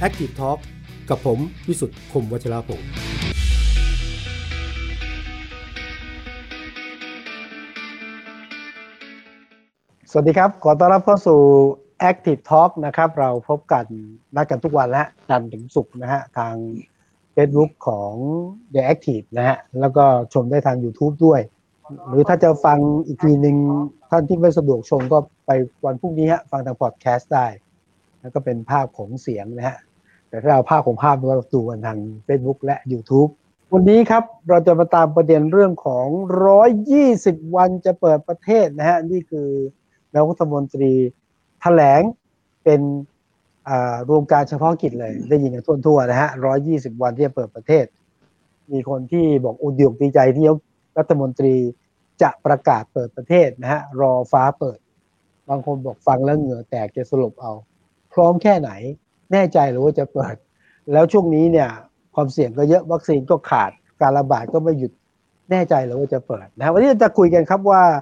Active Talk กับผมวิสุทธิ์คมวัชรพงศ์สวัสดีครับขอต้อนรับเข้าสู่ Active Talk นะครับเราพบกันนัดกันทุกวันและจันทร์ถึงศุกร์นะฮะทาง Facebook ของ The Active นะฮะแล้วก็ชมได้ทาง YouTube ด้วยหรือถ้าจะฟังอีกทีนึงท่านที่ไม่สะดวกชมก็ไปวันพรุ่งนี้ฮะฟังทางพอดแคสต์ได้แล้วก็เป็นภาพของเสียงนะฮะแต่ถ้าเอาภาพของภาพเราดูกันทาง Facebook และ YouTube วันนี้ครับเราจะมาตามประเด็นเรื่องของ120วันจะเปิดประเทศนะฮะนี่คือนายกรัฐมนตรีแถลงเป็นรวมการเฉพาะกิจเลยได้ยินกันทั่วๆนะฮะ120วันที่จะเปิดประเทศมีคนที่บอกอุดมดีใจที่รัฐมนตรีจะประกาศเปิดประเทศนะฮะรอฟ้าเปิดบางคนบอกฟังแล้วเหงื่อแตกจะสลบเอาพร้อมแค่ไหนแน่ใจหรือว่าจะเปิดแล้วช่วงนี้เนี่ยความเสี่ยงก็เยอะวัคซีนก็ขาดการระบาดก็ไม่หยุดแน่ใจหรือว่าจะเปิดนะวันนี้จะคุยกันครับว่า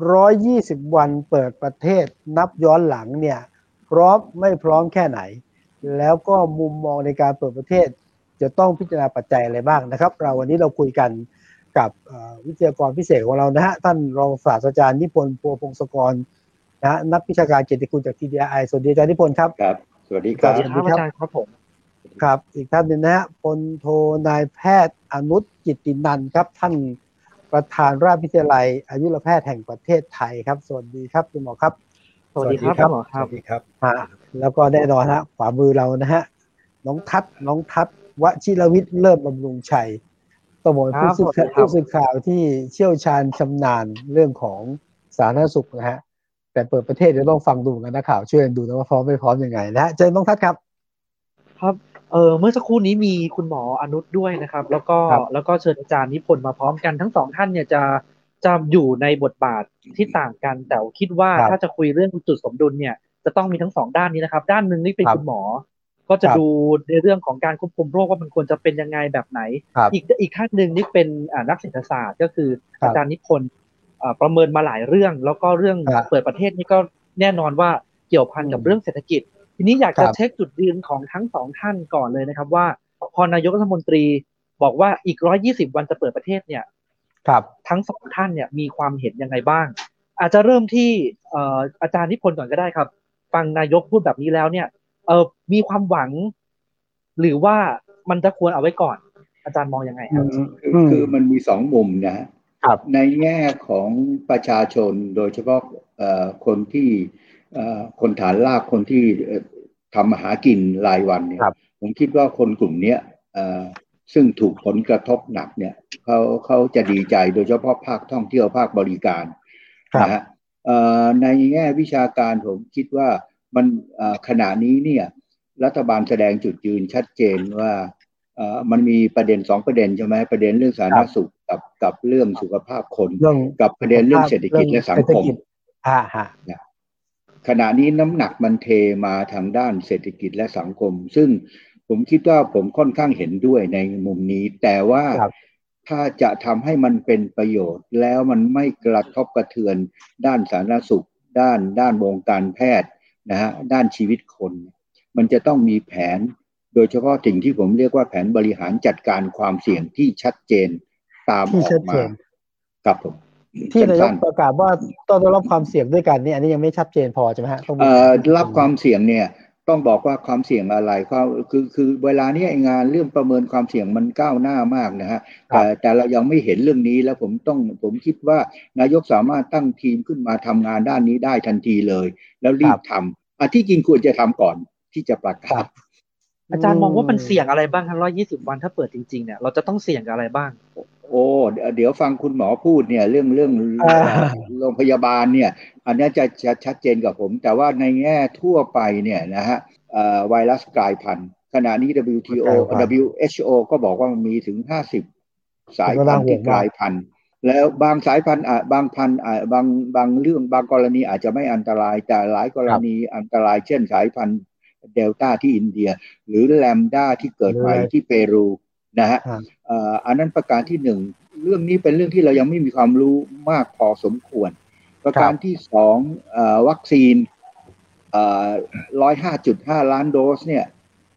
120วันเปิดประเทศนับย้อนหลังเนี่ยพร้อมไม่พร้อมแค่ไหนแล้วก็มุมมองในการเปิดประเทศจะต้องพิจารณาปัจจัยอะไรบ้างนะครับวันนี้เราคุยกันกับวิทยากรพิเศษของเรานะฮะท่านรองศาสตราจารย์นิพนธ์พัวพงศกรนะนักวิชาการเกียรติคุณจาก TDI สวัสดีอาจารย์นิพนธ์ครับครับสวัสดีครับสวัสดีครับอาจารย์ครับผมครับอีกท่านหนึ่งนะฮะพลโทนายแพทย์อนุชจิตตินันท์ครับท่านประธานราชวิทยาลัยอายุรแพทย์แห่งประเทศไทยครับสวัสดีครับคุณหมอครับสวัสดีครับหมอครับสวัสดีครับแล้วก็แน่นอนฮะขวามือเรานะฮะน้องทัศน์วชิรวิทย์เลิศบำรุงชัยต้องบอกผู้สื่อข่าวที่เชี่ยวชาญชำนาญเรื่องของสาธารณสุขนะฮะแต่เปิดประเทศเดี๋ยวต้องฟังดูกันนะข่าวช่วยดูนะว่าพร้อมไม่พร้อมยังไงนะฮะเจอน้องทัศน์ครับครับเมื่อสักครู่นี้มีคุณหมออนุชด้วยนะครับแล้วก็เชิญอาจารย์นิพนธ์มาพร้อมกันทั้งสองท่านเนี่ยจะอยู่ในบทบาทที่ต่างกันแต่คิดว่าถ้าจะคุยเรื่องจุดสมดุลเนี่ยจะต้องมีทั้งสองด้านนี้นะครับด้านหนึ่งนี่เป็นคุณหมอก็จะดูในเรื่องของการควบคุมโรคว่ามันควรจะเป็นยังไงแบบไหนอีกท่านหนึ่งนี่เป็นนักเศรษฐศาสตร์ก็คืออาจารย์นิพนธ์ประเมินมาหลายเรื่องแล้วก็เรื่องเปิดประเทศนี่ก็แน่นอนว่าเกี่ยวพันกับเรื่องเศรษฐกิจทีนี้อยากจะเช็คจุดยืนของทั้งสองท่านก่อนเลยนะครับว่าพอนายกรัฐมนตรีบอกว่าอีก120วันจะเปิดประเทศเนี่ยทั้งสองท่านเนี่ยมีความเห็นยังไงบ้างอาจจะเริ่มที่อาจารย์นิพนธ์ก่อนก็ได้ครับฟังนายกพูดแบบนี้แล้วเนี่ยมีความหวังหรือว่ามันจะควรเอาไว้ก่อนอาจารย์มองยังไงครับคือมันมีสองมุมนะในแง่ของประชาชนโดยเฉพาะคนที่คนฐานรากคนที่ทำมาหากินรายวันเนี่ยผมคิดว่าคนกลุ่มนี้ซึ่งถูกผลกระทบหนักเนี่ยเขาจะดีใจโดยเฉพาะภาคท่องเที่ยวภาคบริการนะฮะในแง่วิชาการผมคิดว่ามันขณะนี้เนี่ยรัฐบาลแสดงจุดยืนชัดเจนว่ามันมีประเด็น2ประเด็นใช่ไหมประเด็นเรื่องสาธารณสุขกับเรื่องสุขภาพคนกับประเด็นเรื่องเศรษฐกิจและสังคมขณะนี้น้ำหนักมันเทมาทางด้านเศรษฐกิจและสังคมซึ่งผมคิดว่าผมค่อนข้างเห็นด้วยในมุมนี้แต่ว่าถ้าจะทำให้มันเป็นประโยชน์แล้วมันไม่กระทบกระเทือนด้านสาธารณสุขด้านวงการแพทย์นะฮะด้านชีวิตคนมันจะต้องมีแผนโดยเฉพาะสิ่งที่ผมเรียกว่าแผนบริหารจัดการความเสี่ยงที่ชัดเจนตามออกมาครับผมที่นายกประกาศว่าต้องรับความเสี่ยงด้วยกันนี่อันนี้ยังไม่ชัดเจนพอใช่ไหมฮะรับความเสี่ยงเนี่ยต้องบอกว่าความเสี่ยงอะไรคือเวลานี้งานเรื่องประเมินความเสี่ยงมันก้าวหน้ามากนะฮะแต่เรายังไม่เห็นเรื่องนี้แล้วผมคิดว่านายกสามารถตั้งทีมขึ้นมาทำงานด้านนี้ได้ทันทีเลยแล้วรีบทำที่จริงควรจะทำก่อนที่จะประกาศอาจารย์มองว่ามันเสี่ยงอะไรบ้างครับ120วันถ้าเปิดจริงๆเนี่ยเราจะต้องเสี่ยงกับอะไรบ้างโอ้เดี๋ยวฟังคุณหมอพูดเนี่ยเรื่องโรงพยาบาลเนี่ยอันนี้จะชัดเจนกับผมแต่ว่าในแง่ทั่วไปเนี่ยนะฮะไวรัสกลายพันธุ์ขณะนี้ WHO ก็บอกว่ามันมีถึง50สายพันธุ์ที่กลายพันธุ์แล้วบางสายพันธุ์บางพันธุ์บางเรื่องบางกรณีอาจจะไม่อันตรายแต่หลายกรณีอันตรายเช่นสายพันธุ์เดลต้าที่อินเดียหรือแลมด้าที่เกิดใหม่ที่เปรูนะฮะอันนั้นประการที่1เรื่องนี้เป็นเรื่องที่เรายังไม่มีความรู้มากพอสมควรประการที่2วัคซีน105.5 ล้านโดสเนี่ย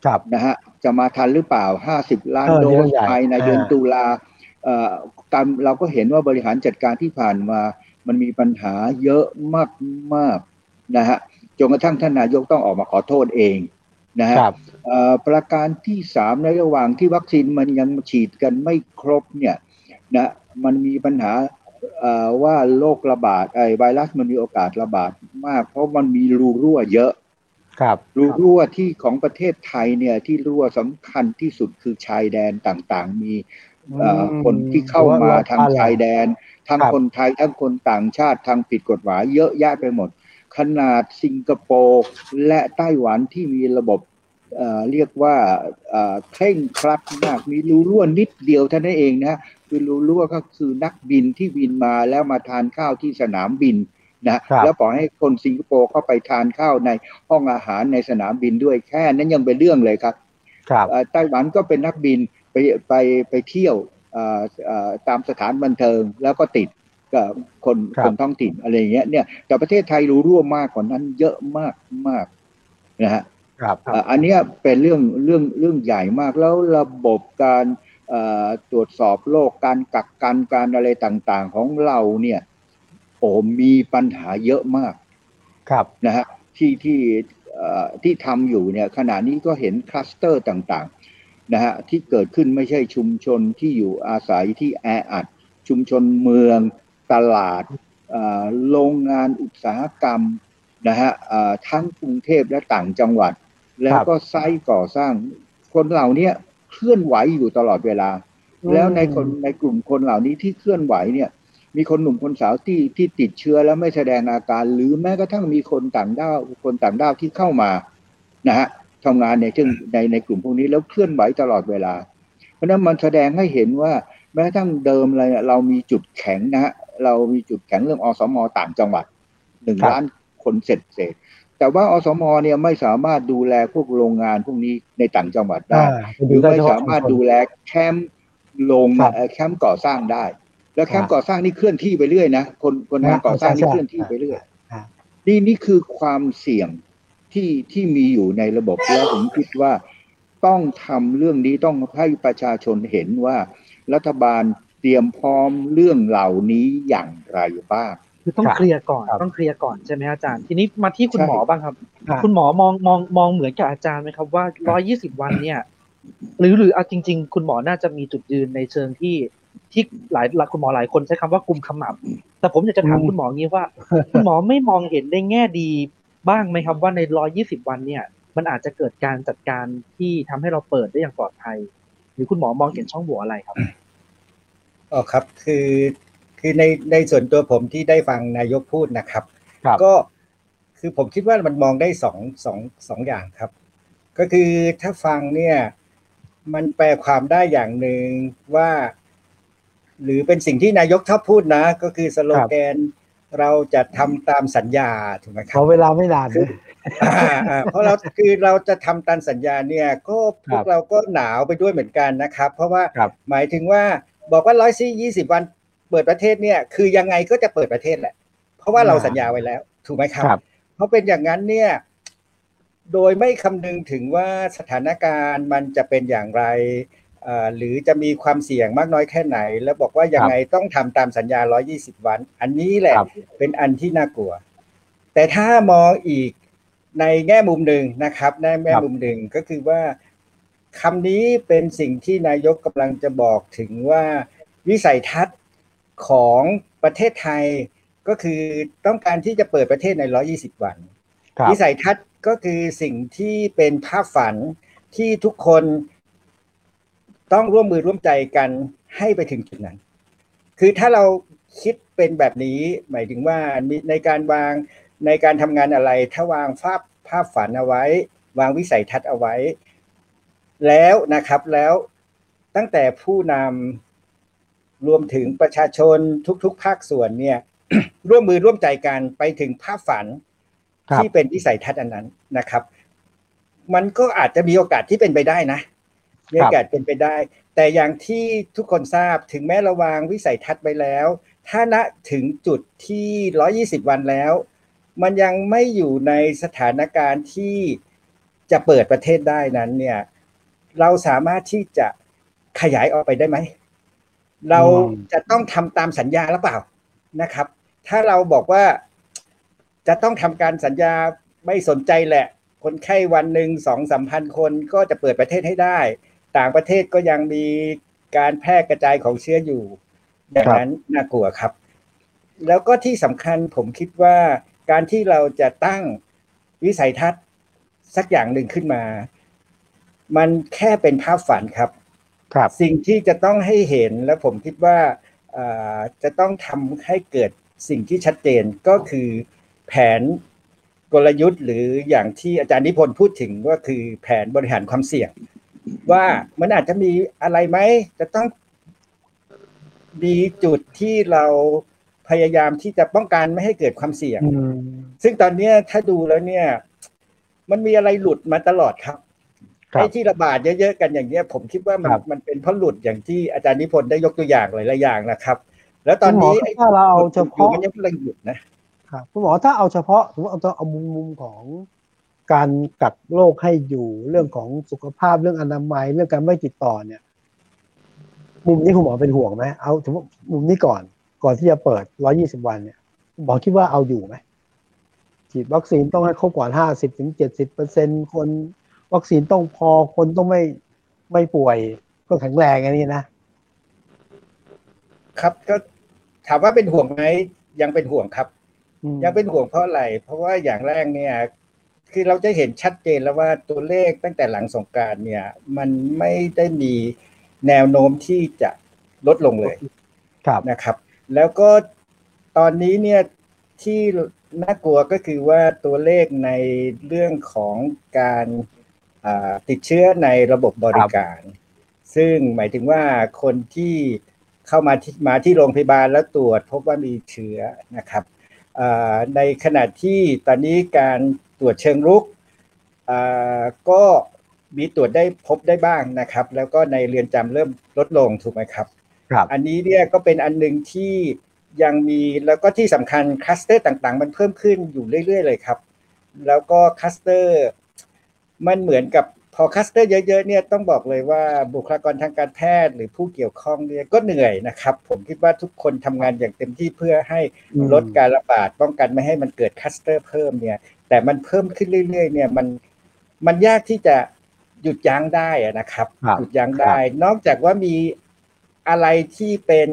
ครับนะฮะจะมาทันหรือเปล่า50 ล้านโดสภายในเดือนตุลาการเราก็เห็นว่าบริหารจัดการที่ผ่านมามันมีปัญหาเยอะมากๆนะฮะจนกระทั่งท่านนายกต้องออกมาขอโทษเองนะฮะประการที่3ในระหว่างที่วัคซีนมันยังฉีดกันไม่ครบเนี่ยนะมันมีปัญหาว่าโรคระบาดไวรัสมันมีโอกาสระบาดมากเพราะมันมีรูรั่วเยอะรูรั่วที่ของประเทศไทยเนี่ยที่รั่วสำคัญที่สุดคือชายแดนต่างๆมีคนที่เข้ามาทางชายแดนทั้งคนไทยทั้งคนต่างชาติทางผิดกฎหมายเยอะแยะไปหมดขนาดสิงคโปร์และไต้หวันที่มีระบบเรียกว่าเคร่งครัดมากมีรูรั่วนิดเดียวเท่านั้นเองนะคือรูรั่วก็คือนักบินที่บินมาแล้วมาทานข้าวที่สนามบินนะแล้วปล่อยให้คนสิงคโปร์เข้าไปทานข้าวในห้องอาหารในสนามบินด้วยแค่นั้นยังเป็นเรื่องเลยครับไต้หวันก็เป็นนักบินไปเที่ยวตามสถานบันเทิงแล้วก็ติดกับคนท้องถิ่นอะไรอย่างเงี้ยเนี่ยแต่ประเทศไทยรู้ร่วมมากกว่านั้นเยอะมากนะฮะอันนี้เป็นเรื่องใหญ่มากแล้วระบบการตรวจสอบโรคการกักกันการอะไรต่างๆของเราเนี่ยมีปัญหาเยอะมากนะฮะที่ทำอยู่เนี่ยขณะนี้ก็เห็นคลัสเตอร์ต่างๆนะฮะที่เกิดขึ้นไม่ใช่ชุมชนที่อยู่อาศัยที่แออัดชุมชนเมืองตลาดโรงงานอุตสาหกรรมนะฮะทั้งกรุงเทพและต่างจังหวัดแล้วก็ไซต์ก่อสร้างคนเหล่านี้เคลื่อนไหวอยู่ตลอดเวลาแล้วในกลุ่มคนเหล่านี้ที่เคลื่อนไหวเนี่ยมีคนหนุ่มคนสาวที่ติดเชื้อแล้วไม่แสดงอาการหรือแม้กระทั่งมีคนต่างด้าวที่เข้ามานะฮะทำงานในกลุ่มพวกนี้แล้วเคลื่อนไหวตลอดเวลาเพราะนั้นมันแสดงให้เห็นว่าแม้กระทั่งเดิมเลยเรามีจุดแข็งนะฮะเรามีจุดแข็งเรื่องอสม.ต่างจังหวัด1 ล้านคนเศษแต่ว่าอสม.เนี่ยไม่สามารถดูแลพวกโรงงานพวกนี้ในต่างจังหวัดได้หรือไม่สามารถดูแลแคมป์แคมป์ก่อสร้างได้แล้วแคมป์ก่อสร้างนี่เคลื่อนที่ไปเรื่อยนะคนงานก่อสร้างนี่เคลื่อนที่ไปเรื่อยนี่คือความเสี่ยงที่มีอยู่ในระบบแล้วผมคิดว่าต้องทำเรื่องนี้ต้องให้ประชาชนเห็นว่ารัฐบาลเตรียมพร้อมเรื่องเหล่านี้อย่างไรบ้างคือต้องเคลียร์ก่อนใช่ไหมอาจารย์ทีนี้มาที่คุณหมอบ้างครับคุณหมอมองเหมือนกับอาจารย์ไหมครับว่า120 วันเนี่ยหรือเอาจริงๆคุณหมอน่าจะมีจุดยืนในเชิงที่คุณหมอหลายคนใช้คำว่ากุมขมับแต่ผมอยากจะถามคุณหมองี้ว่าคุณหมอไม่มองเห็นในแง่ดีบ้างไหมครับว่าใน120 วันเนี่ยมันอาจจะเกิดการจัดการที่ทำให้เราเปิดได้อย่างปลอดภัยหรือคุณหมอมองเห็นช่องโหว่อะไรครับครับคือในส่วนตัวผมที่ได้ฟังนายกพูดนะครับก็คือผมคิดว่ามันมองได้สองอย่างครับก็คือถ้าฟังเนี่ยมันแปลความได้อย่างหนึ่งว่าหรือเป็นสิ่งที่นายกชอบพูดนะก็คือสโลแกนเราจะทำตามสัญญาถูกไหมครับเพราะเวลาไม่นานเพราะเราจะทำตามสัญญาเนี่ยก็พวกเราก็หนาวไปด้วยเหมือนกันนะครับเพราะว่าหมายถึงว่าบอกว่า120 วันเปิดประเทศเนี่ยคือยังไงก็จะเปิดประเทศแหละเพราะว่าเราสัญญาไว้แล้วถูกไหมครับเพราะเป็นอย่างนั้นเนี่ยโดยไม่คำนึงถึงว่าสถานการณ์มันจะเป็นอย่างไรหรือจะมีความเสี่ยงมากน้อยแค่ไหนแล้วบอกว่ายังไงต้องทำตามสัญญา120 วันอันนี้แหละเป็นอันที่น่ากลัวแต่ถ้ามองอีกในแง่มุมหนึ่งนะครับในแง่มุมหนึ่งก็คือว่าคำนี้เป็นสิ่งที่นายกกำลังจะบอกถึงว่าวิสัยทัศน์ของประเทศไทยก็คือต้องการที่จะเปิดประเทศใน120 วันวิสัยทัศน์ก็คือสิ่งที่เป็นภาพฝันที่ทุกคนต้องร่วมมือร่วมใจกันให้ไปถึงจุดนั้นคือถ้าเราคิดเป็นแบบนี้หมายถึงว่าในการทำงานอะไรถ้าวางภาพฝันเอาไว้วางวิสัยทัศน์เอาไว้แล้วนะครับแล้วตั้งแต่ผู้นำรวมถึงประชาชนทุกภาคส่วนเนี่ย ร่วมมือร่วมใจกันไปถึงภาพฝันที่เป็นวิสัยทัศน์อันนั้นนะครับมันก็อาจจะมีโอกาสที่เป็นไปได้นะมีโอกาสเป็นไปได้แต่อย่างที่ทุกคนทราบถึงแม้ระวางวิสัยทัศน์ไปแล้วถ้าณถึงจุดที่120 วันแล้วมันยังไม่อยู่ในสถานการณ์ที่จะเปิดประเทศได้นั้นเนี่ยเราสามารถที่จะขยายออกไปได้ไหมเราจะต้องทำตามสัญญาหรือเปล่านะครับถ้าเราบอกว่าจะต้องทำการสัญญาไม่สนใจแหละคนไข้วันหนึ่ง 2-3,000 คนก็จะเปิดประเทศให้ได้ต่างประเทศก็ยังมีการแพร่กระจายของเชื้ออยู่ดังนั้นน่ากลัวครับแล้วก็ที่สำคัญผมคิดว่าการที่เราจะตั้งวิสัยทัศน์สักอย่างหนึ่งขึ้นมามันแค่เป็นภาพฝันครับสิ่งที่จะต้องให้เห็นและผมคิดว่าจะต้องทำให้เกิดสิ่งที่ชัดเจนก็คือแผนกลยุทธ์หรืออย่างที่อาจารย์นิพนธ์พูดถึงว่าคือแผนบริหารความเสี่ยงว่ามันอาจจะมีอะไรไหมจะต้องมีจุดที่เราพยายามที่จะป้องกันไม่ให้เกิดความเสี่ยงซึ่งตอนนี้ถ้าดูแล้วเนี่ยมันมีอะไรหลุดมาตลอดครับไอ้ที่ระบาดเยอะๆกันอย่างเงี้ยผมคิดว่ามันเป็นเพราะหลุดอย่างที่อาจารย์นิพนธ์ได้ยกตัวอย่างหลายๆอย่างนะครับแล้วตอนนี้ถ้าเราเอาเฉพาะมันยังไม่หยุดนะครับคุณหมอถ้าเอาเฉพาะสมมติเอามุมของการกักโรคให้อยู่เรื่องของสุขภาพเรื่องอนามัยเรื่องการไม่ติดต่อเนี่ยมุมนี้คุณหมอเป็นห่วงไหมเอาสมมติมุมนี้ก่อนที่จะเปิด120 วันเนี่ยคุณหมอคิดว่าเอาอยู่ไหมฉีดวัคซีนต้องให้ครบก่อน 50-70% คนวัคซีนต้องพอคนต้องไม่ป่วยก็แข็งแรงอันนี้นะครับก็ถามว่าเป็นห่วงไหมยังเป็นห่วงครับยังเป็นห่วงเพราะอะไรเพราะว่าอย่างแรกเนี่ยคือเราจะเห็นชัดเจนแล้วว่าตัวเลขตั้งแต่หลังสงกรานต์เนี่ยมันไม่ได้มีแนวโน้มที่จะลดลงเลยนะครับแล้วก็ตอนนี้เนี่ยที่น่ากลัวก็คือว่าตัวเลขในเรื่องของการติดเชื้อในระบบบริการซึ่งหมายถึงว่าคนที่เข้ามาที่โรงพยาบาลแล้วตรวจพบว่ามีเชื้อนะครับในขณะที่ตอนนี้การตรวจเชิงรุกก็มีตรวจได้พบได้บ้างนะครับแล้วก็ในเรือนจำเริ่มลดลงถูกไหมครับอันนี้เนี่ยก็เป็นอันนึงที่ยังมีแล้วก็ที่สำคัญคลัสเตอร์ต่างๆมันเพิ่มขึ้นอยู่เรื่อยๆเลยครับแล้วก็คลัสเตอร์มันเหมือนกับพอคลัสเตอร์เยอะๆเนี่ยต้องบอกเลยว่าบุคลากรทางการแพทย์หรือผู้เกี่ยวข้องเนี่ยก็เหนื่อยนะครับผมคิดว่าทุกคนทำงานอย่างเต็มที่เพื่อให้ลดการระบาดป้องกันไม่ให้มันเกิดคลัสเตอร์เพิ่มเนี่ยแต่มันเพิ่มขึ้นเรื่อยๆเนี่ยมันยากที่จะหยุดยั้งได้นะครับหยุดยั้งได้นอกจากว่ามีอะไรที่เป็น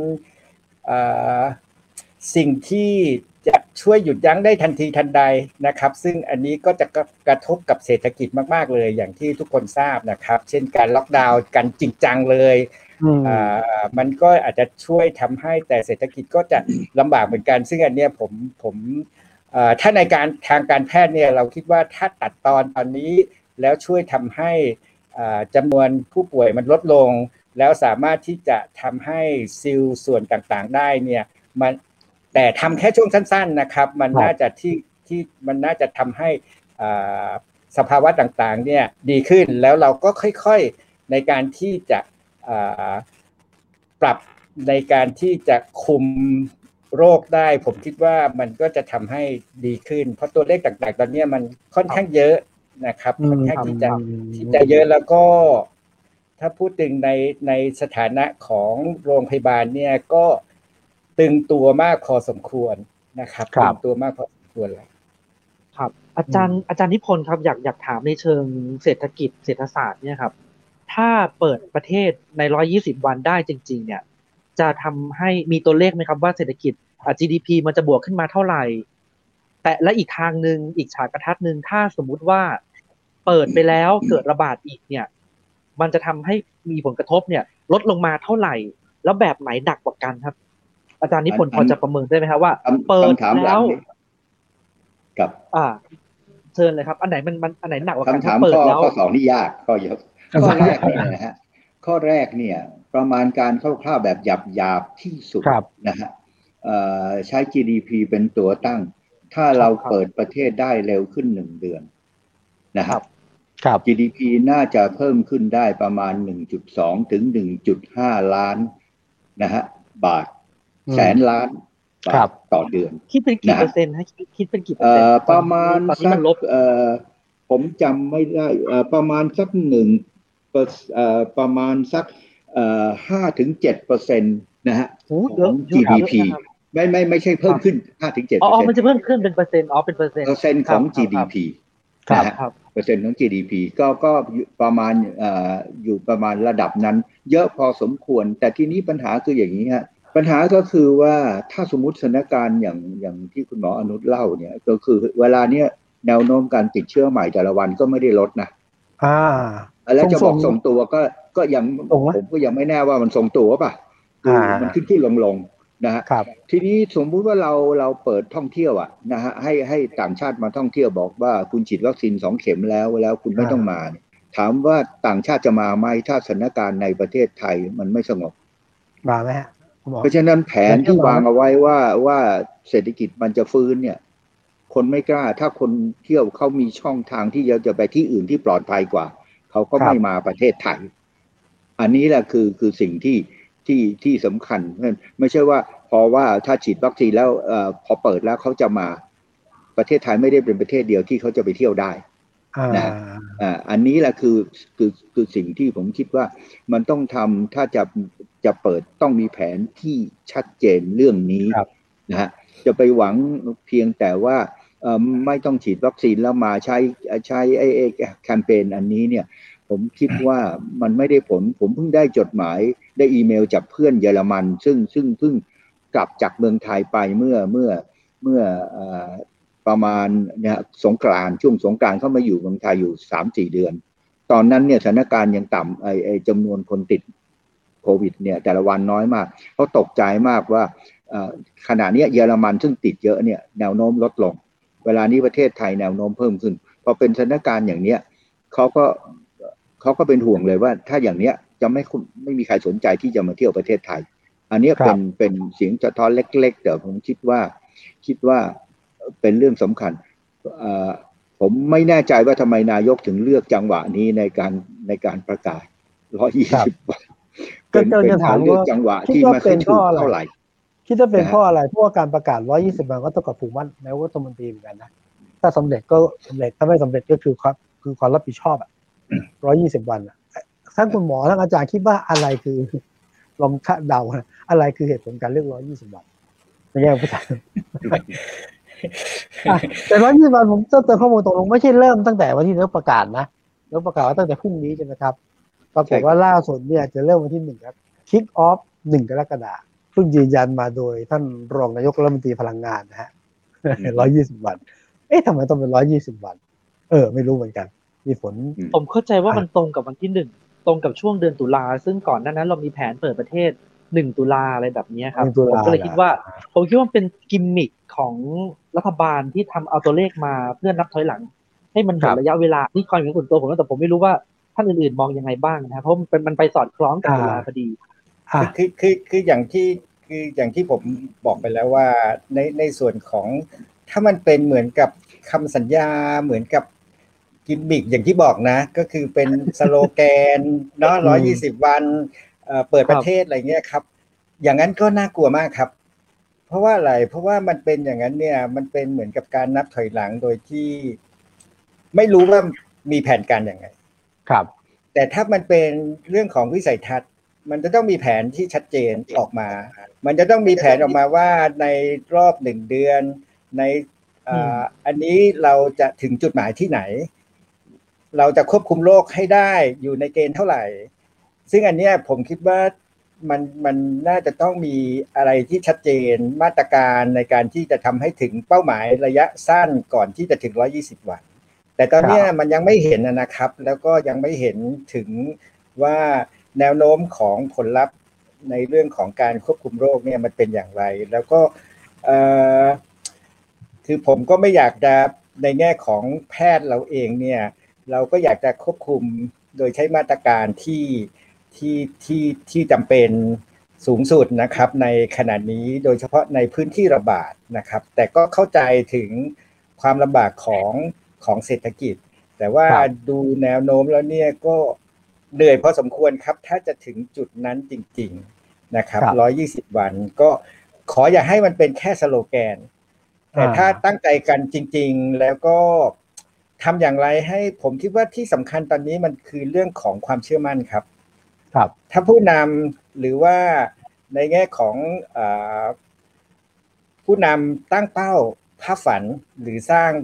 สิ่งที่จะช่วยหยุดยั้งได้ทันทีทันใดนะครับซึ่งอันนี้ก็จะกระทบกับเศรษฐกิจมากๆเลยอย่างที่ทุกคนทราบนะครับเช่นการล็อกดาวน์กันจริงจังเลยมันก็อาจจะช่วยทำให้แต่เศรษฐกิจก็จะลำบากเหมือนกันซึ่งอันนี้ผมถ้าในทางการแพทย์เนี่ยเราคิดว่าถ้าตัดตอนนี้แล้วช่วยทำให้จำนวนผู้ป่วยมันลดลงแล้วสามารถที่จะทำให้ซีลส่วนต่างๆได้เนี่ยมันแต่ทำแค่ช่วงสั้นๆนะครับมันน่าจะที่มันน่าจะทำให้สภาวะต่างๆเนี่ยดีขึ้นแล้วเราก็ค่อยๆในการที่จะปรับในการที่จะคุมโรคได้ผมคิดว่ามันก็จะทำให้ดีขึ้นเพราะตัวเลขต่างๆตอนนี้มันค่อนข้างเยอะนะครับค่อนข้างที่จะเยอะแล้วก็ถ้าพูดถึงในสถานะของโรงพยาบาลเนี่ยก็ตึงตัวมากพอสมควรนะครับตึงตัวมากพอสมควรเลยครับอาจารย์นิพนธ์ครับอยากถามในเชิงเศรษฐกิจเศรษฐศาสตร์เนี่ยครับถ้าเปิดประเทศใน120 วันได้จริงๆเนี่ยจะทำให้มีตัวเลขไหมครับว่าเศรษฐกิจGDP มันจะบวกขึ้นมาเท่าไหร่แต่และอีกทางนึงอีกฉากกระทัดนึงถ้าสมมุติว่าเปิดไปแล้วเกิดระบาดอีกเนี่ยมันจะทำให้มีผลกระทบเนี่ยลดลงมาเท่าไหร่แล้วแบบไหนหนักกว่ากันครับอาจารย์นิพนธ์พอจะประเมินได้ไหมครับว่าเปิดแล้วกับเชิญเลยครับอันไหนมันอันไหนหนักกว่ากันคำถามเปิดแล้วข้อ2นี่ยากข้อเยอะข้อแรกเนี่ยนะฮะข้อแรกเนี่ยประมาณการคร่าวๆแบบหยาบๆที่สุดนะฮะใช้ GDP เป็นตัวตั้งถ้าเราเปิดประเทศได้เร็วขึ้น1 เดือนนะครับGDP น่าจะเพิ่มขึ้นได้ประมาณ 1.2 ถึง 1.5 ล้านนะฮะบาทแสนล้านบาทต่อเดือนคิดเป็นกี่เปอร์เซ็นต์ฮะคิดเป็นกี่เปอร์เซ็นต์ประมาณสักผมจำไม่ได้ประมาณสักประมาณสัก5-7%นะฮะของ GDP ไม่ใช่เพิ่มขึ้น 5-7% อ๋อมันจะเพิ่มขึ้นเป็นเปอร์เซ็นต์เป็นเปอร์เซ็นต์ของ GDP นะฮะเปอร์เซ็นต์ของ GDP ก็ประมาณอยู่ประมาณระดับนั้นเยอะพอสมควรแต่ทีนี้ปัญหาคืออย่างนี้ฮะปัญหาก็คือว่าถ้าสมมุติสถานการณ์อย่างที่คุณหมออนุชเล่าเนี่ยก็คือเวลาเนี้ยแนวโน้มการติดเชื้อใหม่แต่ละวันก็ไม่ได้ลดนะแล้วจะบอกส่งตัวก็ยังผมก็ยังไม่แน่ว่ามันส่งตัวป่ะคือมันขึ้นลงนะฮะทีนี้สมมุติว่าเราเปิดท่องเที่ยวอ่ะนะฮะให้ต่างชาติมาท่องเที่ยวบอกว่าคุณฉีดวัคซีน2 เข็มแล้วคุณไม่ต้องมาถามว่าต่างชาติจะมาไหมถ้าสถานการณ์ในประเทศไทยมันไม่สงบมาไหมฮะเพราะฉะนั้นแผนที่วางเอาไว้ว่าเศรษฐกิจมันจะฟื้นเนี่ยคนไม่กล้าถ้าคนเที่ยวเขามีช่องทางที่จะไปที่อื่นที่ปลอดภัยกว่าเขาก็ไม่มาประเทศไทยอันนี้แหละคือสิ่งที่สำคัญไม่ใช่ว่าพอว่าถ้าฉีดวัคซีนแล้วพอเปิดแล้วเขาจะมาประเทศไทยไม่ได้เป็นประเทศเดียวที่เขาจะไปเที่ยวได้นะอันนี้แหละคือสิ่งที่ผมคิดว่ามันต้องทำถ้าจะเปิดต้องมีแผนที่ชัดเจนเรื่องนี้นะฮะจะไปหวังเพียงแต่ว่าไม่ต้องฉีดวัคซีนแล้วมาใช้ไอ้แคมเปญอันนี้เนี่ยผมคิดว่ามันไม่ได้ผลผมเพิ่งได้จดหมายได้อีเมลจากเพื่อนเยอรมันซึ่งเพิ่งกลับจากเมืองไทยไปเมื่อประมาณเนี่ยช่วงสงกรานต์เข้ามาอยู่เมืองไทยอยู่ 3-4 เดือนตอนนั้นเนี่ยสถานการณ์ยังต่ำไอ้จำนวนคนติดโควิดเนี่ยแต่ละวันน้อยมากเขาตกใจมากว่าขณะนี้เยอรมันซึ่งติดเยอะเนี่ยแนวโน้มลดลงเวลานี้ประเทศไทยแนวโน้มเพิ่มขึ้นพอเป็นสถานการณ์อย่างเนี้ยเขาก็เป็นห่วงเลยว่าถ้าอย่างเนี้ยจะไม่มีใครสนใจที่จะมาเที่ยวประเทศไทยอันนี้เป็นเสียงสะท้อนเล็กๆแต่ผมคิดว่าเป็นเรื่องสำคัญผมไม่แน่ใจว่าทำไมนายกถึงเลือกจังหวะนี้ในการประกาศ120 วันเป็นการเลือกจังหวะที่ไม่ค่อยถูกเท่าไหร่คิดว่าเป็นเพราะอะไรเพราะว่าการประกาศ120 วันก็ต้องกับผูกมัดนายกรัฐมนตรีเหมือนกันนะถ้าสำเร็จก็สำเร็จถ้าไม่สำเร็จก็คือความรับผิดชอบ120 วันท่านคุณหมอท่านอาจารย์คิดว่าอะไรคือลองคาดเดาอะไรคือเหตุผลการเลือก120 วันในแง่ภาษาแต่120 วันผมต้องเติมข้อมูลตรงไม่ใช่เริ่มตั้งแต่วันที่นายกประกาศนะนายกประกาศว่าตั้งแต่พรุ่งนี้ใช่ไหมครับปรากฏว่าล่าสุดเนี่ยจะเริ่มวันที่1ครับ kick off 1 กรกฎาคมเพิ่งยืนยันมาโดยท่านรองนายกรัฐมนตรีพลังงานนะฮะ120 วันทำไมต้องเป็น120 วันไม่รู้เหมือนกันมีผลผมเข้าใจว่ามันตรงกับวันที่1ตรงกับช่วงเดือนตุลาซึ่งก่อนหน้านั้นเรามีแผนเปิดประเทศ1 ตุลาอะไรแบบนี้ครับผมก็เลยคิดว่าเป็นกิมมิคของรัฐบาลที่ทำเอาตัวเลขมาเพื่อนับถอยหลังให้มันเห็นระยะเวลาที่ความเป็นส่วนตัวผมแต่ผมไม่รู้ว่าท่านอื่นๆมองยังไงบ้างนะเพราะมันไปสอดคล้องกับเวลาพอดีคืออย่างที่ผมบอกไปแล้วว่าในส่วนของถ้ามันเป็นเหมือนกับคำสัญญาเหมือนกับกิมมิคอย่างที่บอกนะก็คือเป็นสโลแกนเนาะ120 วันเปิดประเทศอะไรเงี้ยครับอย่างนั้นก็น่ากลัวมากครับเพราะว่าอะไรเพราะว่ามันเป็นอย่างนั้นเนี่ยมันเป็นเหมือนกับการนับถอยหลังโดยที่ไม่รู้ว่ามีแผนการอย่างไรครับแต่ถ้ามันเป็นเรื่องของวิสัยทัศน์มันจะต้องมีแผนที่ชัดเจนออกมามันจะต้องมีแผนออกมาว่าในรอบ1 เดือนในอันนี้เราจะถึงจุดหมายที่ไหนเราจะควบคุมโรคให้ได้อยู่ในเกณฑ์เท่าไหร่ซึ่งอันนี้ผมคิดว่ามันน่าจะต้องมีอะไรที่ชัดเจนมาตรการในการที่จะทำให้ถึงเป้าหมายระยะสั้นก่อนที่จะถึง120 วันแต่ตอนนี้มันยังไม่เห็นนะครับแล้วก็ยังไม่เห็นถึงว่าแนวโน้มของผลลัพธ์ในเรื่องของการควบคุมโรคเนี่ยมันเป็นอย่างไรแล้วก็คือผมก็ไม่อยากจะในแง่ของแพทย์เราเองเนี่ยเราก็อยากจะควบคุมโดยใช้มาตรการที่จำเป็นสูงสุดนะครับในขณะนี้โดยเฉพาะในพื้นที่ระบาดนะครับแต่ก็เข้าใจถึงความลำบากของเศรษฐกิจแต่ว่าดูแนวโน้มแล้วเนี่ยก็เหนื่อยพอสมควรครับถ้าจะถึงจุดนั้นจริงๆนะครับ120 วันก็ขออย่าให้มันเป็นแค่สโลแกนแต่ถ้าตั้งใจกันจริงๆแล้วก็ทำอย่างไรให้ผมคิดว่าที่สำคัญตอนนี้มันคือเรื่องของความเชื่อมั่นครับครับถ้าผู้นำหรือว่าในแง่ของผู้นำตั้งเป้าภาพฝันหรือสร้าง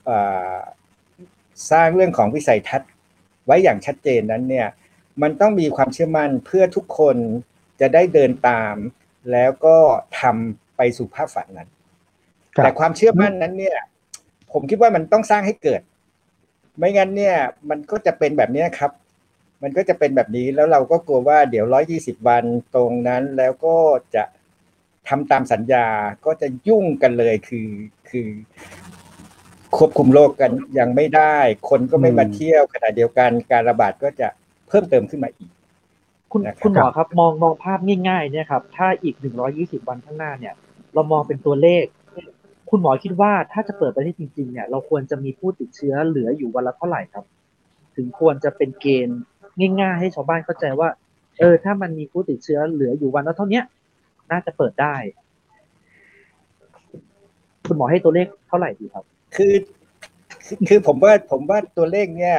เรื่องของวิสัยทัศน์ไว้อย่างชัดเจนนั้นเนี่ยมันต้องมีความเชื่อมั่นเพื่อทุกคนจะได้เดินตามแล้วก็ทำไปสู่ภาพฝันนั้นแต่ความเชื่อมั่นนั้นเนี่ยผมคิดว่ามันต้องสร้างให้เกิดไม่งั้นเนี่ยมันก็จะเป็นแบบนี้ครับมันก็จะเป็นแบบนี้แล้วเราก็กลัวว่าเดี๋ยว120 วันตรงนั้นแล้วก็จะทำตามสัญญาก็จะยุ่งกันเลยคือควบคุมโรคกันยังไม่ได้คนก็ไม่มาเที่ยวขณะเดียวกันการระบาดก็จะเพิ่มเติมขึ้นมาอีกคุณหมอครับมองภาพง่ายๆเนี่ยครับถ้าอีก120 วันข้างหน้าเนี่ยเรามองเป็นตัวเลขคุณหมอคิดว่าถ้าจะเปิดประเทศจริงๆเนี่ยเราควรจะมีผู้ติดเชื้อเหลืออยู่วันละเท่าไหร่ครับถึงควรจะเป็นเกณฑ์ง่ายๆให้ชาวบ้านเข้าใจว่าถ้ามันมีผู้ติดเชื้อเหลืออยู่วันละเท่านี้น่าจะเปิดได้คุณหมอให้ตัวเลขเท่าไหร่ดีครับคือผมว่าตัวเลขเนี่ย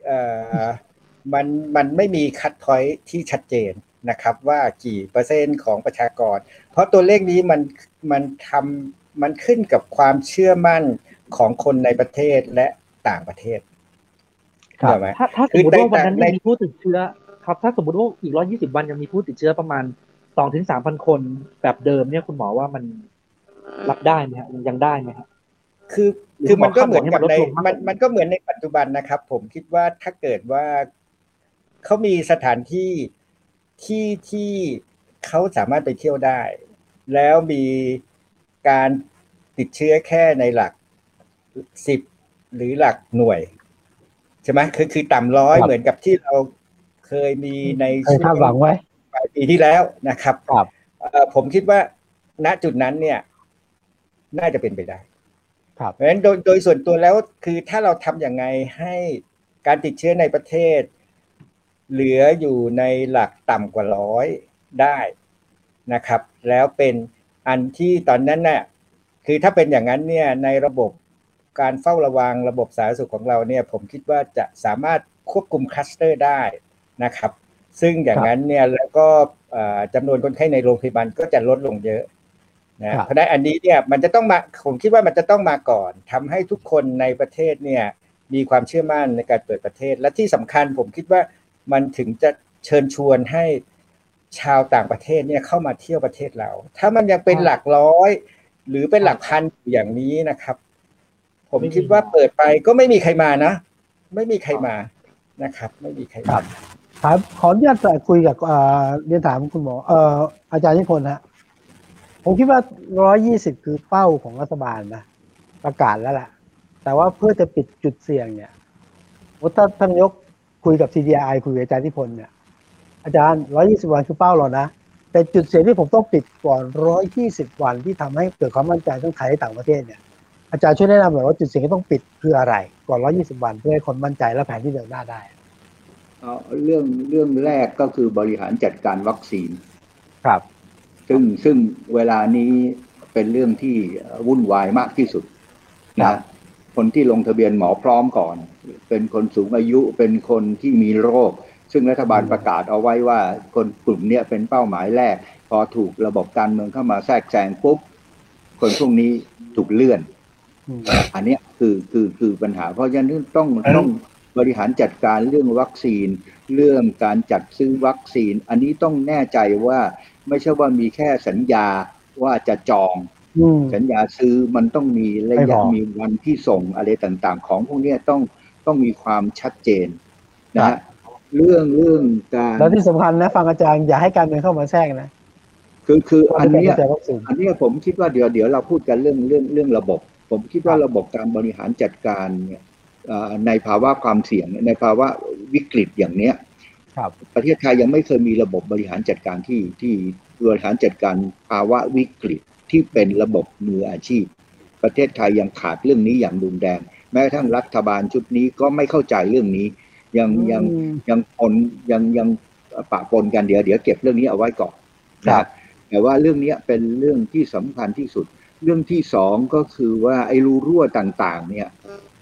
มันไม่มีคัทพอยท์ที่ชัดเจนนะครับว่ากี่เปอร์เซ็นต์ของประชากรเพราะตัวเลขนี้มันขึ้นกับความเชื่อมั่นของคนในประเทศและต่างประเทศครับถ้าสมมติว่าวันนั้นมีผู้ติดเชื้อครับถ้าสมมติว่าอีก120 วันยังมีผู้ติดเชื้อประมาณ 2-3,000 คนแบบเดิมเนี่ยคุณหมอว่ามันรับได้ไหมฮะยังได้ไหมครับคือมันก็เหมือนกับมันก็เหมือนในปัจจุบันนะครับผมคิดว่าถ้าเกิดว่าเขามีสถานที่ที่เขาสามารถไปเที่ยวได้แล้วมีการติดเชื้อแค่ในหลัก10หรือหลักหน่วยใช่ไหมคือต่ำ100เหมือนกับที่เราเคยมีในช่วงปลายปีที่แล้วนะครับผมคิดว่าณจุดนั้นเนี่ยน่าจะเป็นไปได้เพราะฉะนั้นโดยส่วนตัวแล้วคือถ้าเราทำอย่างไงให้การติดเชื้อในประเทศเหลืออยู่ในหลักต่ำกว่า100ได้นะครับแล้วเป็นอันที่ตอนนั้นเนี่ยคือถ้าเป็นอย่างนั้นเนี่ยในระบบการเฝ้าระวังระบบสาธารณสุขของเราเนี่ยผมคิดว่าจะสามารถควบคุมคลัสเตอร์ได้นะครับซึ่งอย่างนั้นเนี่ยแล้วก็จำนวนคนไข้ในโรงพยาบาลก็จะลดลงเยอะนะเพราะฉะนั้นอันนี้เนี่ยมันจะต้องมาผมคิดว่ามันจะต้องมาก่อนทำให้ทุกคนในประเทศเนี่ยมีความเชื่อมั่นในการเปิดประเทศและที่สำคัญผมคิดว่ามันถึงจะเชิญชวนให้ชาวต่างประเทศเนี่ยเข้ามาเที่ยวประเทศเราถ้ามันยังเป็นหลักร้อยหรือเป็นหลักพันอย่างนี้นะครับผมคิดว่าเปิดไปก็ไม่มีใครมานะไม่มีใครมานะครับไม่มีใครมาครับขออนุญาตคุยกับเรียนถามคุณหมออาจารย์นิพนธ์ฮะผมคิดว่า120คือเป้าของรัฐบาลนะประกาศแล้วล่ะแต่ว่าเพื่อจะปิดจุดเสี่ยงเนี่ยถ้าท่านนายกคุยกับ CDI คุยกับอาจารย์นิพนธ์เนี่ยอาจารย์120 วันคือเป้าเรานะแต่จุดเสี่ยงที่ผมต้องปิดก่อน120 วันที่ทำให้เกิดความมั่นใจทั้งไทยและต่างประเทศเนี่ยอาจารย์ช่วยแนะนำหน่อยว่าจุดเสี่ยงที่ต้องปิดคืออะไรก่อน120 วันเพื่อให้คนมั่นใจและแผนที่เดินหน้าได้เรื่องแรกก็คือบริหารจัดการวัคซีนครับซึ่งเวลานี้เป็นเรื่องที่วุ่นวายมากที่สุดนะคนที่ลงทะเบียนหมอพร้อมก่อนเป็นคนสูงอายุเป็นคนที่มีโรคซึ่งรัฐบาลประกาศเอาไว้ว่าคนกลุ่มนี้เป็นเป้าหมายแรกพอถูกระบบการเมืองเข้ามาแทรกแซงปุ๊บคนพวกนี้ถูกเลื่อนอันนี้คือปัญหาเพราะฉะนั้นต้องบริหารจัดการเรื่องวัคซีนเรื่องการจัดซื้อวัคซีนอันนี้ต้องแน่ใจว่าไม่ใช่ว่ามีแค่สัญญาว่าจะจองสัญญาซื้อมันต้องมีระยะมีวันที่ส่งอะไรต่างๆของพวกนี้ต้องมีความชัดเจนนะเรื่องการแล้วที่สำคัญนะฟังอาจารย์อย่าให้การเมืองเข้ามาแทรกนะคืออันนี้ผมคิดว่าเดี๋ยวเราพูดกันเรื่องระบบผมคิดว่าระบบการบริหารจัดการเนี่ยในภาวะความเสี่ยงในภาวะวิกฤตอย่างเนี้ยประเทศไทยยังไม่เคยมีระบบบริหารจัดการที่บริหารจัดการภาวะวิกฤตที่เป็นระบบมืออาชีพประเทศไทยยังขาดเรื่องนี้อย่างรุนแรงแม้กระทั่งรัฐบาลชุดนี้ก็ไม่เข้าใจเรื่องนี้ยังปะปนกันเดี๋ยวเก็บเรื่องนี้เอาไว้ก่อนนะแต่ว่าเรื่องนี้เป็นเรื่องที่สำคัญที่สุดเรื่องที่สองก็คือว่าไอ้รูรั่วต่างๆเนี่ย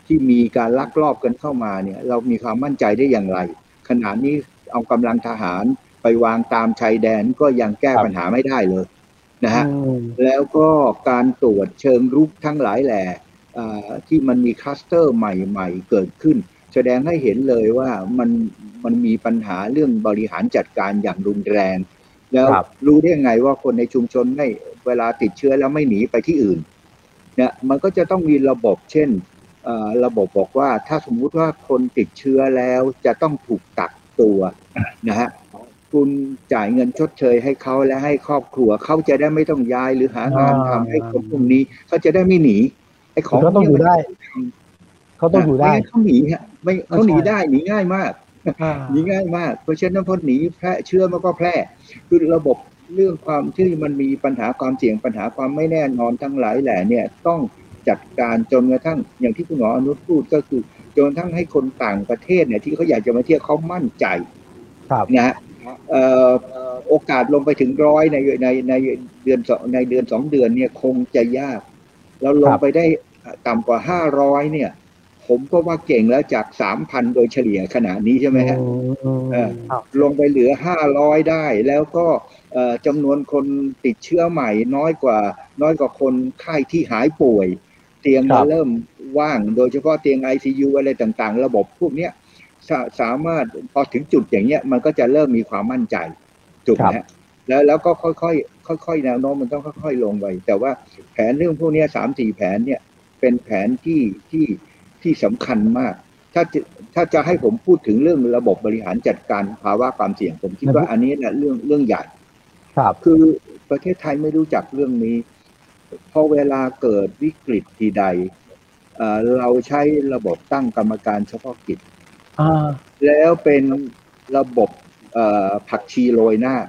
ที่มีการลักลอบกันเข้ามาเนี่ยเรามีความมั่นใจได้อย่างไรขณะนี้เอากำลังทหารไปวางตามชายแดนก็ยังแก้ปัญหาไม่ได้เลยนะฮะแล้วก็การตรวจเชิงรุกทั้งหลายแหล่ที่มันมีคลัสเตอร์ใหม่ๆเกิดขึ้นแสดงให้เห็นเลยว่ามันมีปัญหาเรื่องบริหารจัดการอย่างรุนแรงแล้วรู้ได้ไงว่าคนในชุมชนไม่เวลาติดเชื้อแล้วไม่หนีไปที่อื่นเนี่ยมันก็จะต้องมีระบบเช่นระบบบอกว่าถ้าสมมุติว่าคนติดเชื้อแล้วจะต้องถูกกักตัวนะฮะคุณจ่ายเงินชดเชยให้เขาและให้ครอบครัวเขาจะได้ไม่ต้องย้ายหรือหางานทำให้คนพวกนี้เขาจะได้ไม่หนีไอ้ของเขาต้องอยู่ได้เขาต้องอยู่ได้เขาหนีฮะไม่เขาหนีได้หนีง่ายมากหนีง่ายมากเพราะฉะนั้นพอหนีแพร่เชื้อมันก็แพร่คือระบบเรื่องความที่มันมีปัญหาความเสี่ยงปัญหาความไม่แน่นอนทั้งหลายแหล่เนี่ยต้องจัดการจนกระทั่งอย่างที่คุณหมออนุชพูดก็คือจนกระทั่งให้คนต่างประเทศเนี่ยที่เขาอยากจะมาเที่ยวเขามั่นใจนะฮะโอกาสลงไปถึง100ในเดือน2ในเดือน2เดือนเนี่ยคงจะยากเราลงไปได้ต่ำกว่า500เนี่ยผมก็ว่าเก่งแล้วจาก 3,000 โดยเฉลี่ยขณะนี้ใช่ไหมฮะลงไปเหลือ500ได้แล้วก็จำนวนคนติดเชื้อใหม่น้อยกว่าคนไข้ที่หายป่วยเตียงเริ่มว่างโดยเฉพาะเตียง ICU อะไรต่างๆระบบพวกนี้สามารถพอถึงจุดอย่างเงี้ยมันก็จะเริ่มมีความมั่นใจจุดนะแล้วก็ค่อยแนวโน้มมันต้องค่อยๆลงไปแต่ว่าแผนเรื่องพวกนี้ 3-4 แผนเนี่ยเป็นแผนที่สำคัญมากถ้าจะให้ผมพูดถึงเรื่องระบบบริหารจัดการภาวะความเสี่ยงผมคิดว่าอันนี้นะเรื่องใหญ่คือประเทศไทยไม่รู้จักเรื่องนี้พอเวลาเกิดวิกฤตทีใดเราใช้ระบบตั้งกรรมการเฉพาะกิจแล้วเป็นระบบผักชีโรยหน้า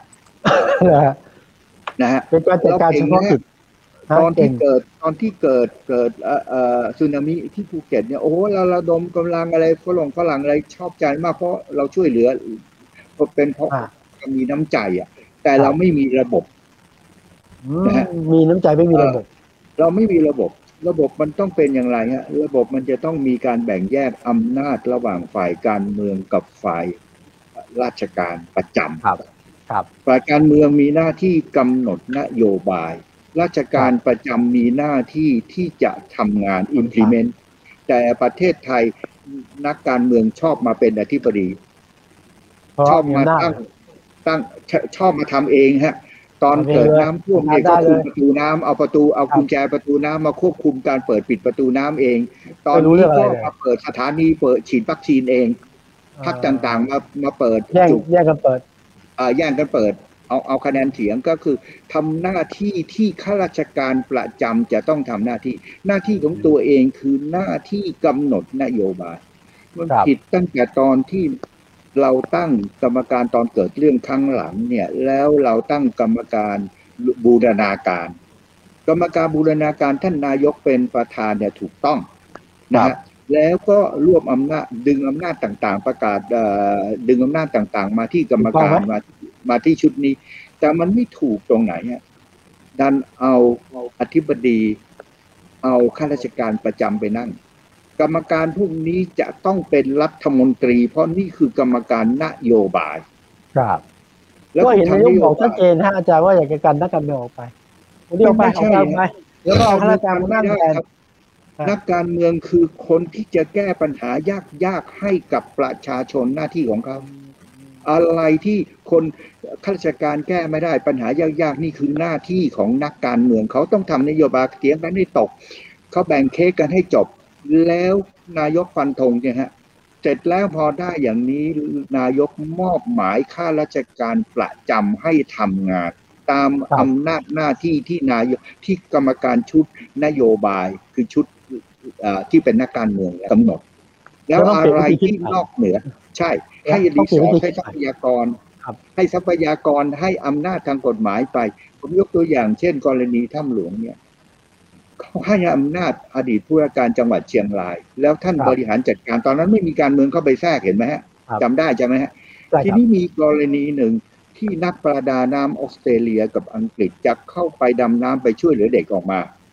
นะฮะเป็นการจัดการเฉพาะกิจตอนที่เกิดสึนามิที่ภูเก็ตเนี่ยโอ้เราระดมกำลังอะไรฝรั่งอะไรชอบใจมากเพราะเราช่วยเหลือเพราะมีน้ำใจอ่ะแต่เราไม่มีระบบนะฮะมีน้ำใจไม่มีระบบเราไม่มีระบบมันต้องเป็นอย่างไรฮะระบบมันจะต้องมีการแบ่งแยกอำนาจระหว่างฝ่ายการเมืองกับฝ่ายราชการประจำครับฝ่ายการเมืองมีหน้าที่กำหนดนโยบายราชการประจำมีหน้าที่ที่จะทำงาน implement แต่ประเทศไทยนักการเมืองชอบมาเป็นอธิบดีชอบมาตั้งชอบมาทำเองฮะตอนเกิดน้ำท่วมเนี่ยก็คุมประตูน้ำเอากุญแจประตูน้ำมาควบคุมการเปิดปิดประตูน้ำเองตอนนี้ก็มาเปิดสถานีเปิดฉีดวัคซีนเองพรรคต่างๆมาเปิดแย่งกันเปิดแย่งกันเปิดเอาคะแนนเสียงก็คือทำหน้าที่ที่ข้าราชการประจำจะต้องทำหน้าที่ของตัวเองคือหน้าที่กำหนดนโยบายมันผิดตั้งแต่ตอนที่เราตั้งกรรมการตอนเกิดเรื่องครั้งหลังเนี่ยแล้วเราตั้งกรรมการบูรณาการบูรณาการท่านนายกเป็นประธานเนี่ยถูกต้องนะฮะแล้วก็รวบอำนาจดึงอำนาจต่างๆประกาศดึงอำนาจต่างๆมาที่กรรมการมาที่ชุดนี้แต่มันไม่ถูกตรงไหนอ่ะดันเอาอธิบดีเอาข้าราชการประจำไปนั่งกรรมการพวกนี้จะต้องเป็นรัฐมนตรีเพราะนี่คือกรรมการนโยบายครับแล้วก็เห็นนายกบอกชัดเจนฮะอาจารย์ว่าอยากจะกันนักการเมืองออกไปเดียวไปแล้วก็เอาข้าราชการมานั่งแทนนักการเมืองคือคนที่จะแก้ปัญหายากๆให้กับประชาชนหน้าที่ของเขาอะไรที่คนข้าราชการแก้ไม่ได้ปัญหายากๆนี่คือหน้าที่ของนักการเมืองเขาต้องทำนโยบายเถียงกันให้ตกเขาแบ่งเค้กกันให้จบแล้วนายกฟันธงเนี่ยฮะเสร็จแล้วพอได้อย่างนี้นายกมอบหมายข้าราชการประจำให้ทำงานตามอำนาจหน้าที่ที่นายกที่กรรมการชุดนโยบายคือชุดที่เป็นนักการเมืองกำหนดแล้วอะไรที่นอกเหนือใช่ให้รีซอสให้ทรัพยากรให้อำนาจทางกฎหมายไปผมยกตัวอย่างเช่นกรณีถ้ำหลวงเนี่ยเขาให้อำนาจอดีตผู้ว่าการจังหวัดเชียงรายแล้วท่านบริหารจัดการตอนนั้นไม่มีการเมืองเข้าไปแทรกเห็นไหมฮะจำได้ใช่ไหมฮะทีนี้มีกรณีหนึ่งที่นักประดาน้ำออสเตรเลียกับอังกฤษจะเข้าไปดำน้ำไปช่วยเหลือเด็กออกมา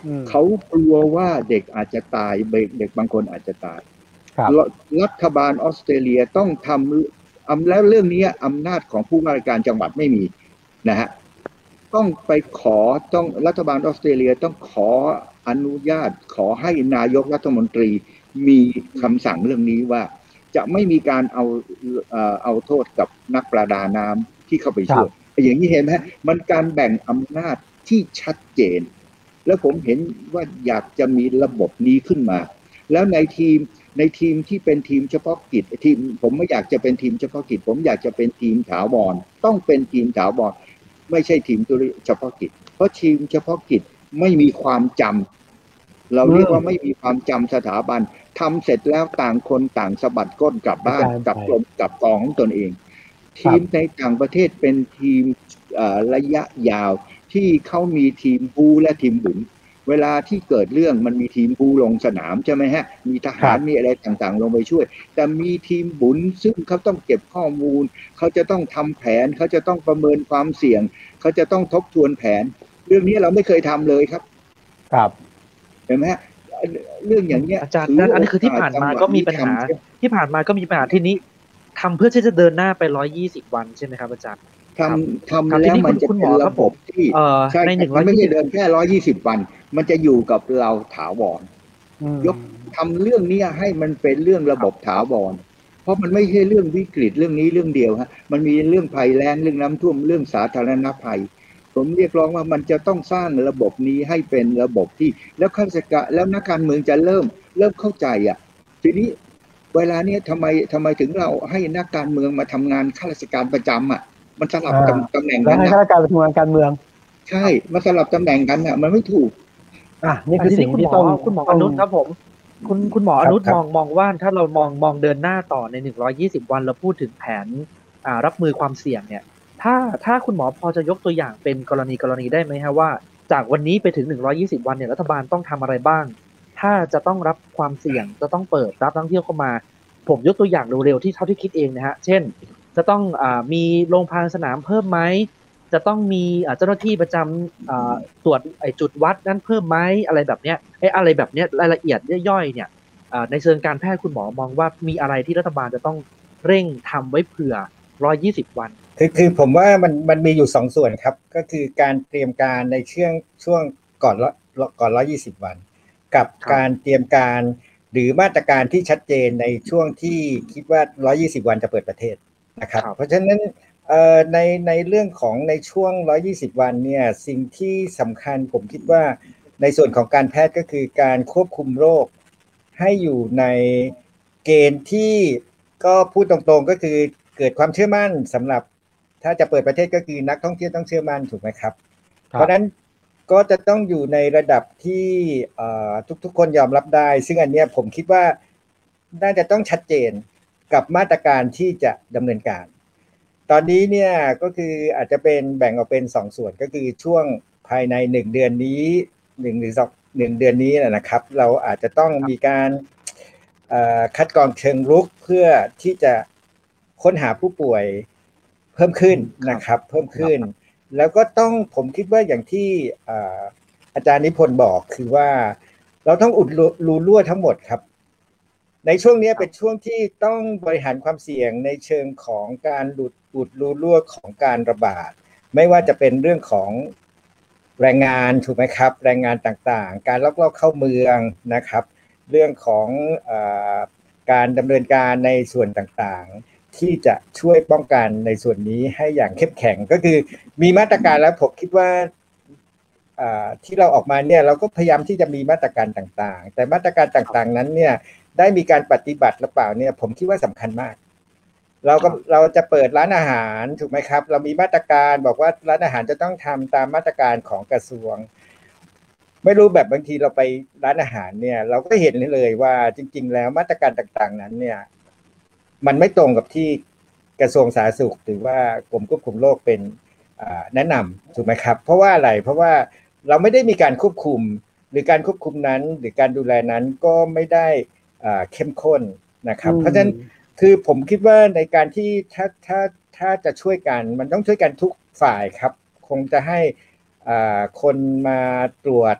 เขากลัวว่าเด็กอาจจะตายเด็กบางคนอาจจะตายรัฐบาลออสเตรเลียต้องทำแล้วเรื่องนี้อำนาจของผู้ว่าราชการจังหวัดไม่มีนะฮะต้องไปต้องรัฐบาลออสเตรเลียต้องขออนุญาตขอให้นายกรัฐมนตรีมีคำสั่งเรื่องนี้ว่าจะไม่มีการเอาโทษกับนักประดาน้ำที่เข้าไปช่วยอย่างนี้เห็นไหมมันการแบ่งอำนาจที่ชัดเจนแล้วผมเห็นว่าอยากจะมีระบบนี้ขึ้นมาแล้วในทีมที่เป็นทีมเฉพาะกิจทีมผมไม่อยากจะเป็นทีมเฉพาะกิจผมอยากจะเป็นทีมถาวรต้องเป็นทีมถาวรไม่ใช่ทีมเฉพาะกิจเพราะทีมเฉพาะกิจไม่มีความจำเราเรียกว่าไม่มีความจำสถาบันทำเสร็จแล้วต่างคนต่างสะบัดก้นกลับบ้านกับกลมกับกองของตนเองทีมในต่างประเทศเป็นทีมระยะยาวที่เขามีทีมบูและทีมบุญเวลาที่เกิดเรื่องมันมีทีมบูลงสนามใช่ไหมฮะมีทหารมีอะไรต่างๆลงไปช่วยแต่มีทีมบุญซึ่งเขาต้องเก็บข้อมูลเขาจะต้องทำแผนเขาจะต้องประเมินความเสี่ยงเขาจะต้องทบทวนแผนเรื่องนี้เราไม่เคยทำเลยครับเห็นไหมฮะเรื่องอย่างเนี้ยอาจารย์นั่นอันนี้คือที่ผ่านมาก็มีปัญหาที่นี้ทำเพื่อที่จะเดินหน้าไป120 วันใช่ไหมครับอาจารย์ทำแล้วมันจะเป็นระบบที่ใน120ไม่ใช่เดินแค่120 วันมันจะอยู่กับเราถาวรยกทำเรื่องนี้ให้มันเป็นเรื่องระบบถาวรเพราะมันไม่ใช่เรื่องวิกฤตเรื่องนี้เรื่องเดียวฮะมันมีเรื่องภัยแล้งเรื่องน้ำท่วมเรื่องสาธารณภัยผมเรียกร้องว่ามันจะต้องสร้างระบบนี้ให้เป็นระบบที่แล้วข้าราชการแล้วนักการเมืองจะเริ่มเข้าใจอ่ะทีนี้เวลาเนี้ยทำไมถึงเราให้นักการเมืองมาทำงานข้าราชการประจำอ่ะมันสลับตำแหน่งกันนะข้าราชการไปทำงานการเมืองใช่มันสลับตำแหน่งกันอ่ะมันไม่ถูกนี่คือสิ่งที่ต้องคุณหมออนุชครับผมคุณหมออนุชมองว่าถ้าเรามองเดินหน้าต่อใน120 วันเราพูดถึงแผนรับมือความเสี่ยงเนี่ยถ้าคุณหมอพอจะยกตัวอย่างเป็นกรณีได้ไหมฮะว่าจากวันนี้ไปถึง120 วันเนี่ยรัฐบาลต้องทำอะไรบ้างถ้าจะต้องรับความเสี่ยงจะต้องเปิดรับนักท่องเที่ยวเข้ามาผมยกตัวอย่างเร็วๆที่เท่าที่คิดเองนะฮะเช่นจะต้องมีโรงพยาบาลสนามเพิ่มไหมจะต้องมีเจ้าหน้าที่ประจำตรวจจุดวัดนั้นเพิ่มไหมอะไรแบบเนี้ยอะไรแบบเนี้ยรายละเอียดย่อยๆเนี่ยในเชิงการแพทย์คุณหมอมองว่ามีอะไรที่รัฐบาลจะต้องเร่งทำไว้เผื่อ120 วันคือผมว่ามันมีอยู่2 ส่วนครับก็คือการเตรียมการในช่วงก่อน120 วันกับการเตรียมการหรือมาตรการที่ชัดเจนในช่วงที่คิดว่า120 วันจะเปิดประเทศนะครับเพราะฉะนั้นในเรื่องของในช่วง120 วันเนี่ยสิ่งที่สำคัญผมคิดว่าในส่วนของการแพทย์ก็คือการควบคุมโรคให้อยู่ในเกณฑ์ที่ก็พูดตรงๆก็คือเกิดความเชื่อมั่นสำหรับถ้าจะเปิดประเทศก็คือนักท่องเที่ยวต้องเชื่อมั่นถูกไหมครับเพราะฉะนั้นก็จะต้องอยู่ในระดับที่ทุกคนยอมรับได้ซึ่งอันนี้ผมคิดว่าน่าจะต้องชัดเจนกับมาตรการที่จะดำเนินการตอนนี้เนี่ยก็คืออาจจะเป็นแบ่งออกเป็น2 ส่วนก็คือช่วงภายใน1 เดือนนี้1 หรือ 2 เดือนนี้นะครับเราอาจจะต้องมีการคัดกรองเชิงรุกเพื่อที่จะค้นหาผู้ป่วยเพิ่มขึ้นนะครับเพิ่มขึ้นแล้วก็ต้องผมคิดว่าอย่างที่อาจารย์นิพนธ์บอกคือว่าเราต้องอุดรูรั่วทั้งหมดครับในช่วงนี้เป็นช่วงที่ต้องบริหารความเสี่ยงในเชิงของการอุดรูรั่วของการระบาดไม่ว่าจะเป็นเรื่องของแรงงานถูกไหมครับแรงงานต่างๆการลักลอบเข้าเมืองนะครับเรื่องของการดำเนินการในส่วนต่างๆที่จะช่วยป้องกันในส่วนนี้ให้อย่างเข้มแข็งก็คือมีมาตรการแล้วผมคิดว่าที่เราออกมาเนี่ยเราก็พยายามที่จะมีมาตรการต่างๆแต่มาตรการต่างๆนั้นเนี่ยได้มีการปฏิบัติหรือเปล่าเนี่ยผมคิดว่าสำคัญมากเราจะเปิดร้านอาหารถูกไหมครับเรามีมาตรการบอกว่าร้านอาหารจะต้องทำตามมาตรการของกระทรวงไม่รู้แบบบางทีเราไปร้านอาหารเนี่ยเราก็เห็นเลยว่าจริงๆแล้วมาตรการต่างๆนั้นเนี่ยมันไม่ตรงกับที่กระทรวงสาธารณสุขหรือว่ากรมควบคุมโรคเป็นแนะนำถูกไหมครับเพราะว่าอะไรเพราะว่าเราไม่ได้มีการควบคุมหรือการควบคุมนั้นหรือการดูแลนั้นก็ไม่ได้เข้มข้นนะครับเพราะฉะนั้นคือผมคิดว่าในการที่ถ้าจะช่วยกันมันต้องช่วยกันทุกฝ่ายครับคงจะให้คนมาตรวจ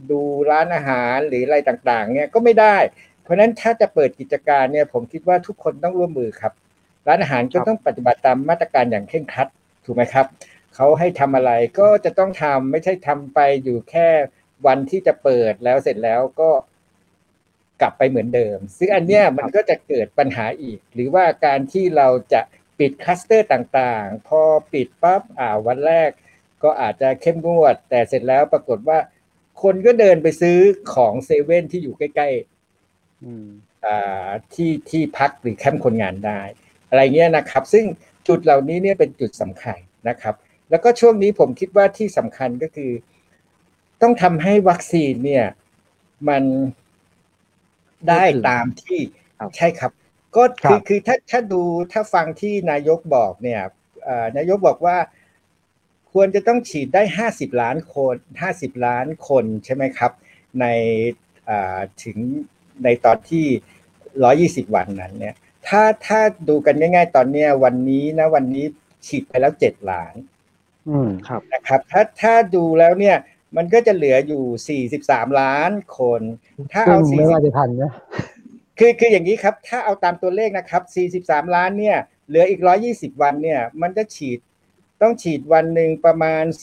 ดูร้านอาหารหรืออะไรต่างๆเนี่ยก็ไม่ได้เพราะฉะนั้นถ้าจะเปิดกิจการเนี่ยผมคิดว่าทุกคนต้องร่วมมือครับร้านอาหารก็ต้องปฏิบัติตามมาตรการอย่างเคร่งครัดถูกไหมครับเขาให้ทำอะไรก็จะต้องทำไม่ใช่ทำไปอยู่แค่วันที่จะเปิดแล้วเสร็จแล้วก็กลับไปเหมือนเดิมซึ่งอันเนี้ยมันก็จะเกิดปัญหาอีกหรือว่าการที่เราจะปิดคลัสเตอร์ต่างๆพอปิดปั๊บวันแรกก็อาจจะเข้มงวดแต่เสร็จแล้วปรากฏว่าคนก็เดินไปซื้อของเซเว่นที่อยู่ใกล้ๆที่พักหรือแคมป์คนงานได้อะไรเงี้ยนะครับซึ่งจุดเหล่านี้เนี่ยเป็นจุดสำคัญนะครับแล้วก็ช่วงนี้ผมคิดว่าที่สำคัญก็คือต้องทำให้วัคซีนเนี่ยมันได้ตามที่ใช่ครับก็คือถ้าฟังที่นายกบอกเนี่ยนายกบอกว่าควรจะต้องฉีดได้50 ล้านคนใช่ไหมครับในถึงในตอนที่120 วันนั้นเนี่ยถ้าดูกันง่ายๆตอนเนี้ยวันนี้ฉีดไปแล้ว7 ล้านครับนะครับถ้าดูแล้วเนี่ยมันก็จะเหลืออยู่43 ล้านคนถ้าเอาไม่ว่าจะทันนะคืออย่างนี้ครับถ้าเอาตามตัวเลขนะครับ43 ล้านเนี่ยเหลืออีก120 วันเนี่ยมันจะต้องฉีดวันหนึ่งประมาณ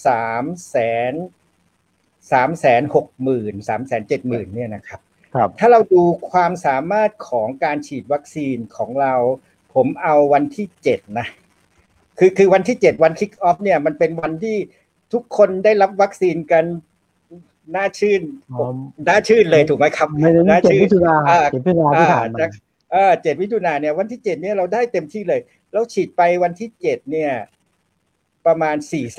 360,000 เนี่ยนะครับถ้าเราดูความสามารถของการฉีดวัคซีนของเราผมเอาวันที่7นะคือวันที่7วันคิกออฟเนี่ยมันเป็นวันที่ทุกคนได้รับวัคซีนกันน่าชื่นเลยถูกไหมครับน่าชื่น7 มิถุนายนที่ผ่านมา 7 มิถุนายนเนี่ยวันที่7เนี่ยเราได้เต็มที่เลยแล้วฉีดไปวันที่7เนี่ยประมาณ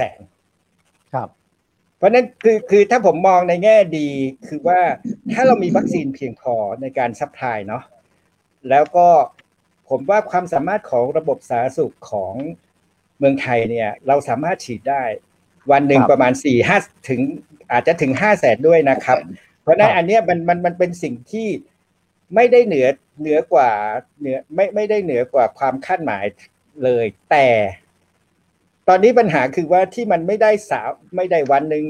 400,000 ครับเพราะนั้นคือถ้าผมมองในแง่ดีคือว่าถ้าเรามีวัคซีนเพียงพอในการซัพพลายเนาะแล้วก็ผมว่าความสามารถของระบบสาธารณสุขของเมืองไทยเนี่ยเราสามารถฉีดได้วันหนึ่งประมาณ4-5ถึงอาจจะถึง500,000ด้วยนะครับเพราะนั้นอันนี้มันเป็นสิ่งที่ไม่ได้เหนือกว่าไม่ได้เหนือกว่าความคาดหมายเลยแต่ตอนนี้ปัญหาคือว่าที่มันไม่ได้วันหนึ่ง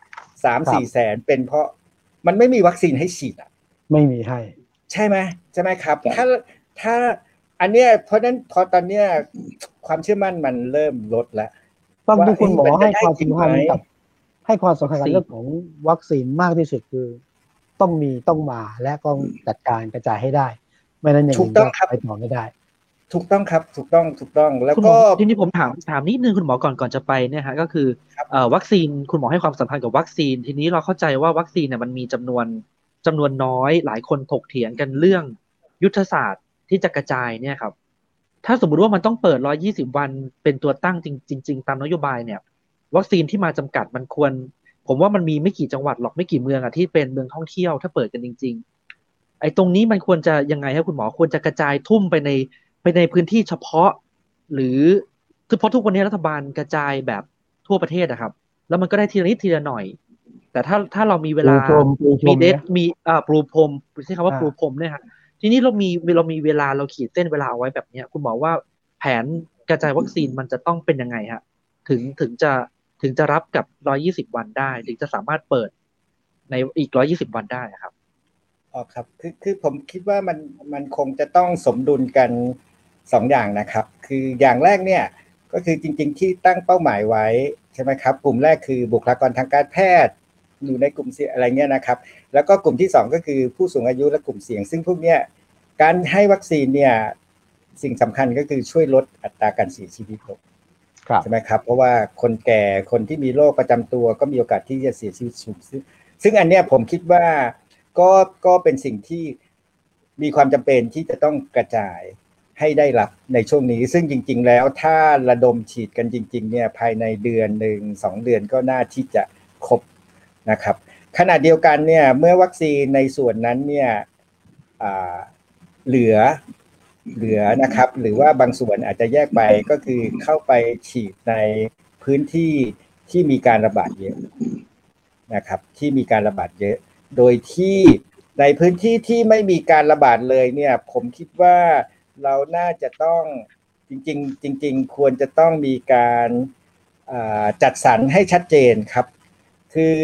3-4 แสนเป็นเพราะมันไม่มีวัคซีนให้ฉีดไม่มีให้ใช่ไหมครับถ้าอันเนี้ยเพราะนั้นพอตอนเนี้ยความเชื่อมั่นมันเริ่มลดแล้วต้องดูคุณหมอให้ความสำคัญกับเรื่องของวัคซีนมากที่สุดคือต้องมาและก็จัดการกระจายให้ได้ไม่นั้นอย่างนี้ไปต่อไม่ได้ถูกต้องครับถูกต้องแล้วก็ทีนี้ผมถามนิดนึงคุณหมอก่อนจะไปเนี่ยฮะก็คือวัคซีนคุณหมอให้ความสำคัญกับวัคซีนทีนี้เราเข้าใจว่าวัคซีนเนี่ยมันมีจำนวนน้อยหลายคนถกเถียงกันเรื่องยุทธศาสตร์ที่จะกระจายเนี่ยครับถ้าสมมติว่ามันต้องเปิด120 วันเป็นตัวตั้งจริงตามนโยบายเนี่ยวัคซีนที่มาจำกัดมันควรผมว่ามันมีไม่กี่จังหวัดหรอกไม่กี่เมืองที่เป็นเมืองท่องเที่ยวถ้าเปิดกันจริงๆไอ้ตรงนี้มันควรจะยังไงครับคุณหมอควรจะกระจายทุ่มไปในพื้นที่เฉพาะหรือคือเพราะทุกวันนี้รัฐบาลกระจายแบบทั่วประเทศนะครับแล้วมันก็ได้ทีละนิดทีละหน่อยแต่ถ้าเรามีเวลามีเดทมีปรูพรมใช้คำว่าปรูพรมเนี่ยครับทีนี้เรามีเวลาเราขีดเส้นเวลาเอาไว้แบบนี้คุณหมอว่าแผนกระจายวัคซีนมันจะต้องเป็นยังไงฮะถึงจะรับกับ120 วันได้ถึงจะสามารถเปิดในอีก120 วันได้ครับครับคือผมคิดว่ามันคงจะต้องสมดุลกัน2 อย่างนะครับคืออย่างแรกเนี่ยก็คือจริงๆที่ตั้งเป้าหมายไว้ใช่ไหมครับกลุ่มแรกคือบุคลากรทางการแพทย์อยู่ในกลุ่มเสี่ยงอะไรเงี้ยนะครับแล้วก็กลุ่มที่2ก็คือผู้สูงอายุและกลุ่มเสี่ยงซึ่งพวกเนี้ยการให้วัคซีนเนี่ยสิ่งสำคัญก็คือช่วยลดอัตราการเสียชีวิตลงใช่ไหมครับเพราะว่าคนแก่คนที่มีโรคประจำตัวก็มีโอกาสที่จะเสียชีวิตสูงซึ่งอันเนี้ยผมคิดว่าก็เป็นสิ่งที่มีความจำเป็นที่จะต้องกระจายให้ได้รับในช่วงนี้ซึ่งจริงๆแล้วถ้าระดมฉีดกันจริงๆเนี่ยภายในเดือนหนึ่ง2 เดือนก็น่าที่จะครบนะครับขณะเดียวกันเนี่ยเมื่อวัคซีนในส่วนนั้นเนี่ยเหลือนะครับหรือว่าบางส่วนอาจจะแยกไปก็คือเข้าไปฉีดในพื้นที่ที่มีการระบาดเยอะนะครับที่มีการระบาดเยอะโดยที่ในพื้นที่ที่ไม่มีการระบาดเลยเนี่ยผมคิดว่าเราน่าจะต้องจริงควรจะต้องมีการจัดสรรให้ชัดเจนครับคือ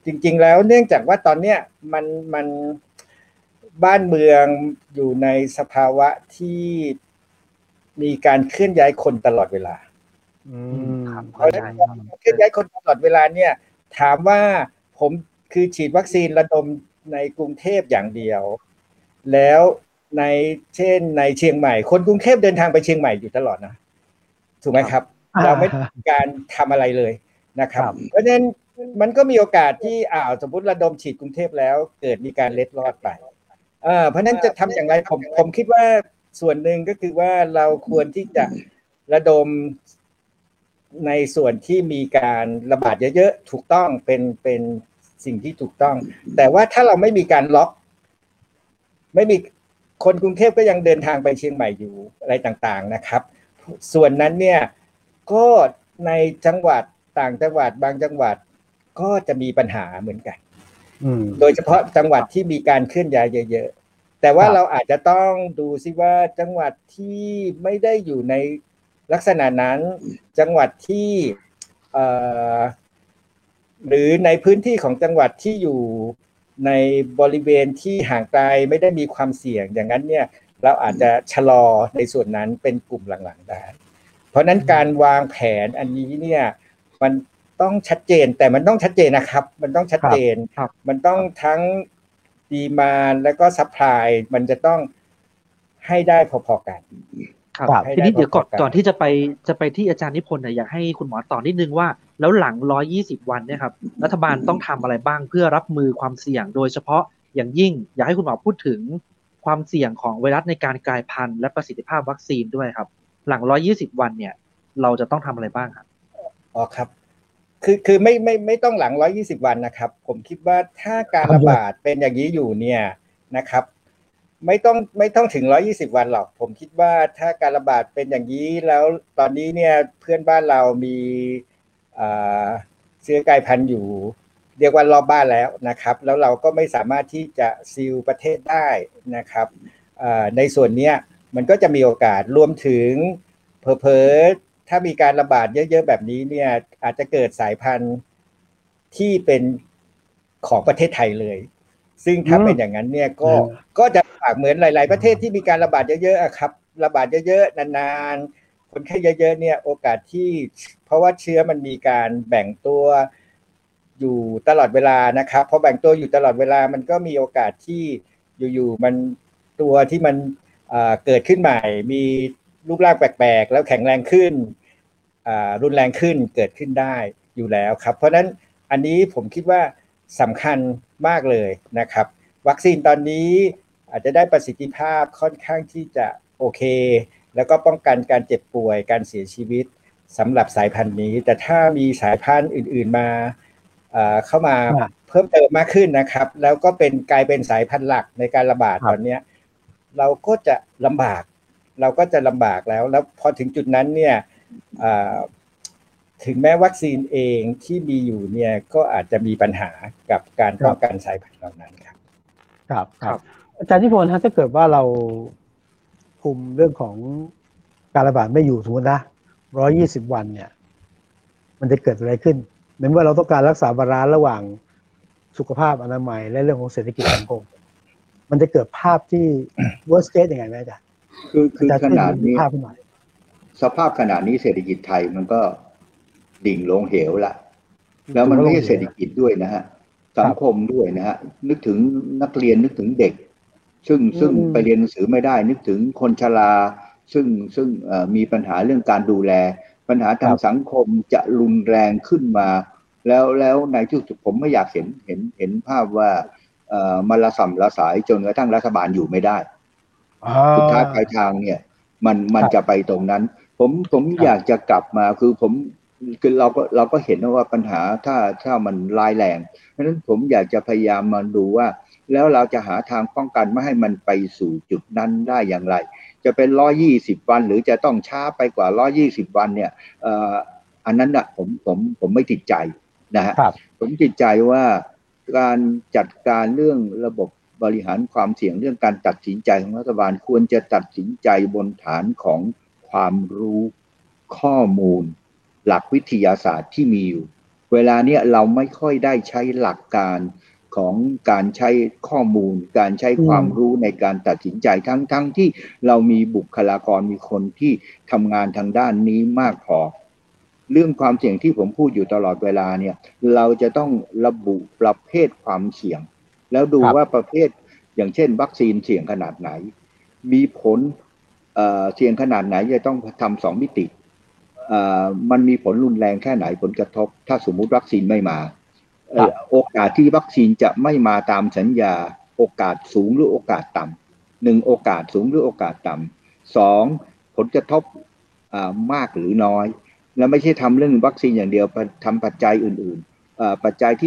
จริงๆแล้วเนื่องจากว่าตอนเนี้ยมันบ้านเมืองอยู่ในสภาวะที่มีการเคลื่อนย้ายคนตลอดเวลาเพราะฉะนั้นเคลื่อนย้ายคนตลอดเวลาเนี่ยถามว่าผมคือฉีดวัคซีนระดมในกรุงเทพอย่างเดียวแล้วเช่นในเชียงใหม่คนกรุงเทพเดินทางไปเชียงใหม่อยู่ตลอดนะถูกไหมครับเราไม่มีการทำอะไรเลยนะครับเพราะฉะนั้นมันก็มีโอกาสที่สมมติระดมฉีดกรุงเทพแล้วเกิดมีการเล็ดลอดไปเพราะฉะนั้นจะทำอย่างไรผมคิดว่าส่วนหนึ่งก็คือว่าเราควรที่จะระดมในส่วนที่มีการระบาดเยอะๆถูกต้องเป็นสิ่งที่ถูกต้องแต่ว่าถ้าเราไม่มีการล็อกไม่มีคนกรุงเทพก็ยังเดินทางไปเชียงใหม่อยู่อะไรต่างๆนะครับส่วนนั้นเนี่ยก็ในจังหวัดต่างจังหวัดบางจังหวัดก็จะมีปัญหาเหมือนกันโดยเฉพาะจังหวัดที่มีการเคลื่อนย้ายเยอะๆแต่ว่าเราอาจจะต้องดูซิว่าจังหวัดที่ไม่ได้อยู่ในลักษณะนั้นจังหวัดที่หรือในพื้นที่ของจังหวัดที่อยู่ในบริเวณที่ห่างไกลไม่ได้มีความเสี่ยงอย่างนั้นเนี่ยเราอาจจะชะลอในส่วนนั้นเป็นกลุ่มหลังๆได้เพราะนั้นการวางแผนอันนี้เนี่ยมันต้องชัดเจนแต่มันต้องชัดเจนนะครับมันต้องชัดเจนมันต้องทั้งดีมานด์แล้วก็ซัพพลายมันจะต้องให้ได้พอๆกันทีนี้เดี๋ยวก่อนที่จะไปที่อาจารย์นิพนธ์อยากให้คุณหมอต่อนิดนึงว่าแล้วหลัง120วันเนี่ยครับรัฐบาลต้องทำอะไรบ้างเพื่อรับมือความเสี่ยงโดยเฉพาะอย่างยิ่งอยากให้คุณหมอพูดถึงความเสี่ยงของไวรัสในการกลายพันธุ์และประสิทธิภาพวัคซีนด้วยครับหลัง120วันเนี่ยเราจะต้องทำอะไรบ้างครับครับคือไม่ต้องหลัง120วันนะครับผมคิดว่าถ้าการระบาดเป็นอย่างนี้อยู่เนี่ยนะครับไม่ต้องถึง120วันหรอกผมคิดว่าถ้าการระบาดเป็นอย่างนี้แล้วตอนนี้เนี่ยเพื่อนบ้านเรามีเชื้อกลายพันธุ์อยู่เรียกว่ารอบบ้านแล้วนะครับแล้วเราก็ไม่สามารถที่จะซีลประเทศได้นะครับในส่วนนี้มันก็จะมีโอกาสรวมถึงเผลอๆถ้ามีการระบาดเยอะๆแบบนี้เนี่ยอาจจะเกิดสายพันธุ์ที่เป็นของประเทศไทยเลยซึ่งถ้าเป็นอย่างนั้นเนี่ยก็จะเหมือนหลายๆประเทศที่มีการระบาดเยอะๆครับระบาดเยอะๆนานๆคนไข้เยอะๆเนี่ยโอกาสที่เพราะว่าเชื้อมันมีการแบ่งตัวอยู่ตลอดเวลานะครับพอแบ่งตัวอยู่ตลอดเวลามันก็มีโอกาสที่อยู่ๆมันตัวที่มันเกิดขึ้นใหม่มีรูปร่างแปลกๆแล้วแข็งแรงขึ้นรุนแรงขึ้นเกิดขึ้นได้อยู่แล้วครับเพราะนั้นอันนี้ผมคิดว่าสำคัญมากเลยนะครับวัคซีนตอนนี้อาจจะได้ประสิทธิภาพค่อนข้างที่จะโอเคแล้วก็ป้องกันการเจ็บป่วยการเสียชีวิตสำหรับสายพันธุ์นี้แต่ถ้ามีสายพันธุ์อื่นๆมาเข้ามาเพิ่มเติมมากขึ้นนะครับแล้วก็กลายเป็นสายพันธุ์หลักในการระบาดตอนนี้เราก็จะลำบากแล้วพอถึงจุดนั้นเนี่ยถึงแม้วัคซีนเองที่มีอยู่เนี่ยก็อาจจะมีปัญหากับการป้องกันสายพันธุ์เหล่านั้นครับอาจารย์นิพนธ์ถ้าเกิดว่าเราคุมเรื่องของการระบาดไม่อยู่สมมตินะ120วันเนี่ยมันจะเกิดอะไรขึ้นในเมื่อเราต้องการรักษาบาลานซ์ระหว่างสุขภาพอนามัยและเรื่องของเศรษฐกิจสังคมมันจะเกิดภาพที่ worst case ยังไงไหมอาจารย์คือขนาดนี้สภาพขนาดนี้เศรษฐกิจไทยมันก็ดิ่งลงเหวละแล้วมันไม่ใช่เศรษฐกิจด้วยนะฮะสังคมด้วยนะฮะนึกถึงนักเรียนนึกถึงเด็กซึ่งไปเรียนหนังสือไม่ได้นึกถึงคนชราซึ่งมีปัญหาเรื่องการดูแลปัญหาทางสังคมจะรุนแรงขึ้นมาแล้วในที่สุดผมไม่อยากเห็นภาพว่ามันระส่ำระสายจนกระทั่งรัฐบาลอยู่ไม่ได้สุดท้ายปลายทางเนี่ยมันจะไปตรงนั้นผมอยากจะกลับมาคือเราก็เห็นว่าปัญหาถ้ามันร้ายแรงเพราะฉะนั้นผมอยากจะพยายามมาดูว่าแล้วเราจะหาทางป้องกันไม่ให้มันไปสู่จุดนั้นได้อย่างไรจะเป็น120วันหรือจะต้องช้าไปกว่า120วันเนี่ยอันนั้นน่ะผมไม่ติดใจนะฮะผมติดใจว่าการจัดการเรื่องระบบบริหารความเสี่ยงเรื่องการตัดสินใจของรัฐบาลควรจะตัดสินใจบนฐานของความรู้ข้อมูลหลักวิทยาศาสตร์ที่มีอยู่เวลาเนี้ยเราไม่ค่อยได้ใช้หลักการของการใช้ข้อมูลการใช้ความรู้ในการตัดสินใจทั้งที่เรามีบุคลากรมีคนที่ทำงานทางด้านนี้มากพอเรื่องความเสี่ยงที่ผมพูดอยู่ตลอดเวลาเนี่ยเราจะต้องระบุประเภทความเสี่ยงแล้วดูว่าประเภทอย่างเช่นวัคซีนเสี่ยงขนาดไหนมีผลเสี่ยงขนาดไหนจะต้องทำ2 มิติมันมีผลรุนแรงแค่ไหนผลกระทบถ้าสมมุติวัคซีนไม่มาโอกาสที่วัคซีนจะไม่มาตามสัญญาโอกาสสูงหรือโอกาสต่ำ1โอกาสสูงหรือโอกาสต่ำ2ผลกระทบมากหรือน้อยแล้วไม่ใช่ทำเรื่องวัคซีนอย่างเดียวทำปัจจัยอื่นๆปัจจัยที่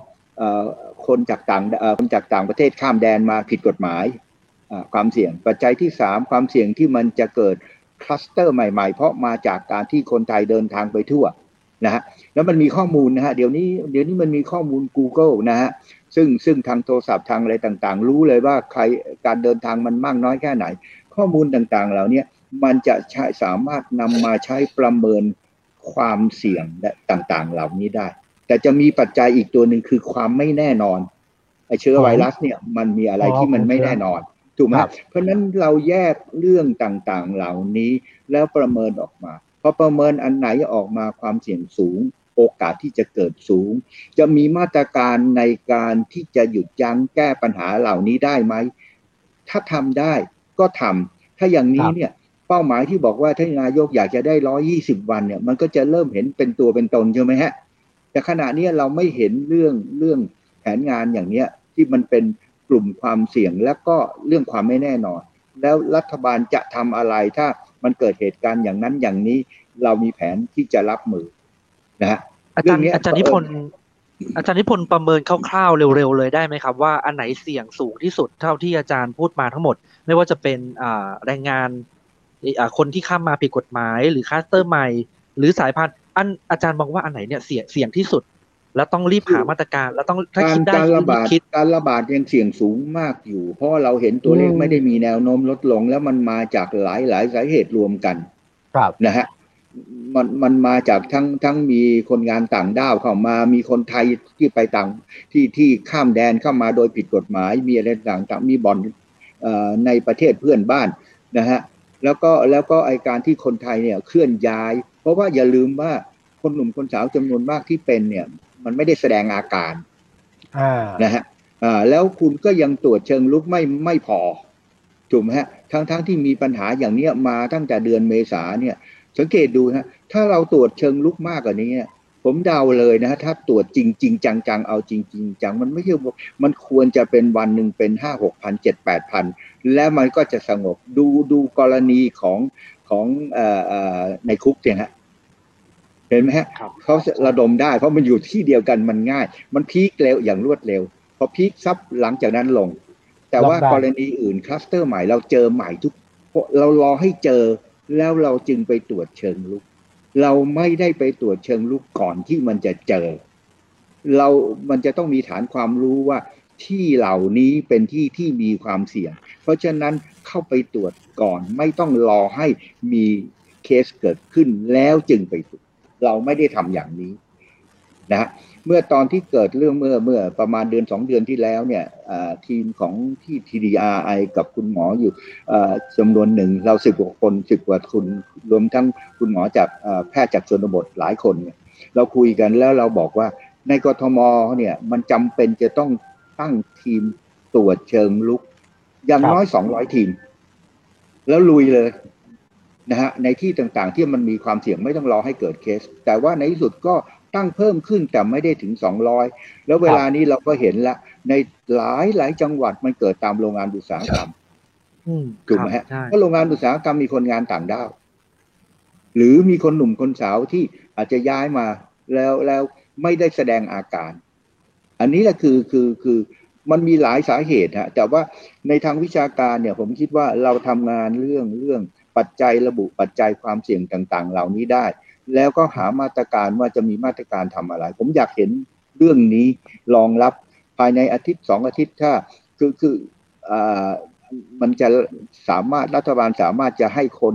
2คนจากต่างประเทศข้ามแดนมาผิดกฎหมายความเสี่ยงปัจจัยที่3ความเสี่ยงที่มันจะเกิดคลัสเตอร์ใหม่ๆเพราะมาจากการที่คนไทยเดินทางไปทั่วนะฮะแล้วมันมีข้อมูลนะฮะเดี๋ยวนี้มันมีข้อมูล Google นะฮะซึ่งทางโทรศัพท์ทางอะไรต่างๆรู้เลยว่าใครการเดินทางมันมากน้อยแค่ไหนข้อมูลต่างๆเหล่านี้มันจะสามารถนำมาใช้ประเมินความเสี่ยงต่างๆเหล่านี้ได้แต่จะมีปัจจัยอีกตัวหนึ่งคือความไม่แน่นอนไอเชื้อไวรัสเนี่ยมันมีอะไรที่มันไม่แน่นอนถูกไหมเพราะนั้นเราแยกเรื่องต่างๆเหล่านี้แล้วประเมินออกมาพอประเมินอันไหนออกมาความเสี่ยงสูงโอกาสที่จะเกิดสูงจะมีมาตรการในการที่จะหยุดยั้งแก้ปัญหาเหล่านี้ได้ไหมถ้าทำได้ก็ทำถ้าอย่างนี้เนี่ยเป้าหมายที่บอกว่าท่านนายกอยากจะได้120 วันเนี่ยมันก็จะเริ่มเห็นเป็นตัวเป็นตนใช่ไหมฮะแต่ขณะนี้เราไม่เห็นเรื่องแผนงานอย่างเนี้ยที่มันเป็นกลุ่มความเสี่ยงและก็เรื่องความไม่แน่นอนแล้วรัฐบาลจะทำอะไรถ้ามันเกิดเหตุการณ์อย่างนั้นอย่างนี้เรามีแผนที่จะรับมือนะฮะอาจารย์นิพนธ์ประเมินคร่าวๆเร็วๆเลยได้ไหมครับว่าอันไหนเสี่ยงสูงที่สุดเท่าที่อาจารย์พูดมาทั้งหมดไม่ว่าจะเป็นแรงงานคนที่ข้ามมาผิดกฎหมายหรือคลัสเตอร์ใหม่หรือสายพันธุ์อาจารย์มองว่าอันไหนเนี่ยเสี่ยงที่สุดแล้วต้องรีบหามาตรการแล้วต้องถ้าคิดได้การระบาดยังเสี่ยงสูงมากอยู่เพราะเราเห็นตัวเลขไม่ได้มีแนวโน้มลดลงแล้วมันมาจากหลายสาเหตุรวมกันนะฮะมันมาจากทั้งมีคนงานต่างด้าวเข้ามามีคนไทยที่ไปต่างที่ข้ามแดนเข้ามาโดยผิดกฎหมายมีอะไรต่างๆมีบ่อนในประเทศเพื่อนบ้านนะฮะแล้วก็ไอการที่คนไทยเนี่ยเคลื่อนย้ายเพราะว่าอย่าลืมว่าคนหนุ่มคนสาวจำนวนมากที่เป็นเนี่ยมันไม่ได้แสดงอาการนะฮะแล้วคุณก็ยังตรวจเชิงลุกไม่พอถูกไหมฮะทั้งที่มีปัญหาอย่างนี้มาตั้งแต่เดือนเมษาเนี่ยสังเกตดูฮะถ้าเราตรวจเชิงลุกมากกว่านี้ผมเดาเลยนะฮะถ้าตรวจจริงจังเอาจริงจังมันไม่ใช่มันควรจะเป็นวันหนึ่งเป็น5-6,000 7-8,000แล้วมันก็จะสงบดูกรณีของในคุกเนี่ยฮะเห็นไหมฮะเขาระดมได้เพราะมันอยู่ที่เดียวกันมันง่ายมันพีคเร็วอย่างรวดเร็วพอพีคซับหลังจากนั้นลงแต่ว่ากรณีอื่นคลัสเตอร์ใหม่เราเจอใหม่เรารอให้เจอแล้วเราจึงไปตรวจเชิงลุกเราไม่ได้ไปตรวจเชิงลุกก่อนที่มันจะเจอมันจะต้องมีฐานความรู้ว่าที่เหล่านี้เป็นที่มีความเสี่ยงเพราะฉะนั้นเข้าไปตรวจก่อนไม่ต้องรอให้มีเคสเกิดขึ้นแล้วจึงไปตรวจเราไม่ได้ทำอย่างนี้นะเมื่อตอนที่เกิดเรื่องเมื่อประมาณ1-2 เดือนที่แล้วเนี่ยทีมของที่ TDRI กับคุณหมออยู่จำนวนหนึ่งเรา10 กว่าคน10 กว่าคนรวมทั้งคุณหมอจากแพทย์จากชนบทหลายคนเนี่ยเราคุยกันแล้วเราบอกว่าในกทมเนี่ยมันจำเป็นจะต้องตั้งทีมตรวจเชิงลุกอย่างน้อย200 ทีมแล้วลุยเลยนะฮะในที่ต่างๆที่มันมีความเสี่ยงไม่ต้องรอให้เกิดเคสแต่ว่าในที่สุดก็ตั้งเพิ่มขึ้นแต่ไม่ได้ถึง200แล้วเวลานี้เราก็เห็นละในหลายจังหวัดมันเกิดตามโรงงานอุตสาหกรรมถูกไหมฮะเพราะโรงงานอุตสาหกรรมมีคนงานต่างด้าวหรือมีคนหนุ่มคนสาวที่อาจจะย้ายมาแล้วไม่ได้แสดงอาการอันนี้แหละคือมันมีหลายสาเหตุฮะแต่ว่าในทางวิชาการเนี่ยผมคิดว่าเราทำงานเรื่องปัจจัยระบุปัจจัยความเสี่ยงต่างๆเหล่านี้ได้แล้วก็หามาตรการว่าจะมีมาตรการทำอะไรผมอยากเห็นเรื่องนี้รองรับภายในอาทิตย์2 อาทิตย์ถ้ามันจะสามารถรัฐบาลสามารถจะให้คน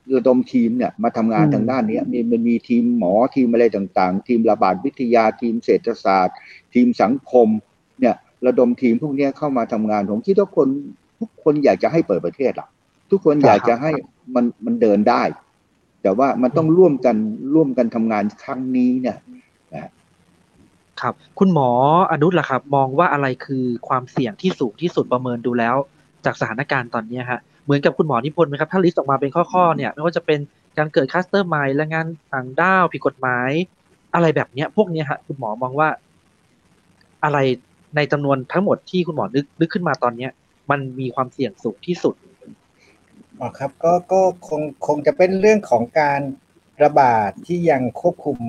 ระดมทีมเนี่ยมาทำงานทางด้านนี้มันมีทีมหมอทีมอะไรต่างๆทีมระบาดวิทยาทีมเศรษฐศาสตร์ทีมสังคมเนี่ยระดมทีมพวกนี้เข้ามาทำงานผมคิดว่าทุกคนอยากจะให้เปิดประเทศหรอกทุกคนอยากจะให้มันเดินได้แต่ว่ามันต้องร่วมกันทำงานครั้งนี้เนี่ยครับคุณหมออนุชล่ะครับมองว่าอะไรคือความเสี่ยงที่สูงที่สุดประเมินดูแล้วจากสถานการณ์ตอนนี้ฮะเหมือนกับคุณหมอนิพนธ์ไหมครับถ้าลิสต์ออกมาเป็นข้อเนี่ยไม่ว่าจะเป็นการเกิดคลัสเตอร์ใหม่แรงงานต่างด้าวผิดกฎหมายอะไรแบบเนี้ยพวกเนี้ยฮะคุณหมอมองว่าอะไรในจำนวนทั้งหมดที่คุณหมอนึกขึ้นมาตอนเนี้ยมันมีความเสี่ยงสูงที่สุดอ๋อครับก็คงจะเป็นเรื่องของการระบาดที่ยังควบคุม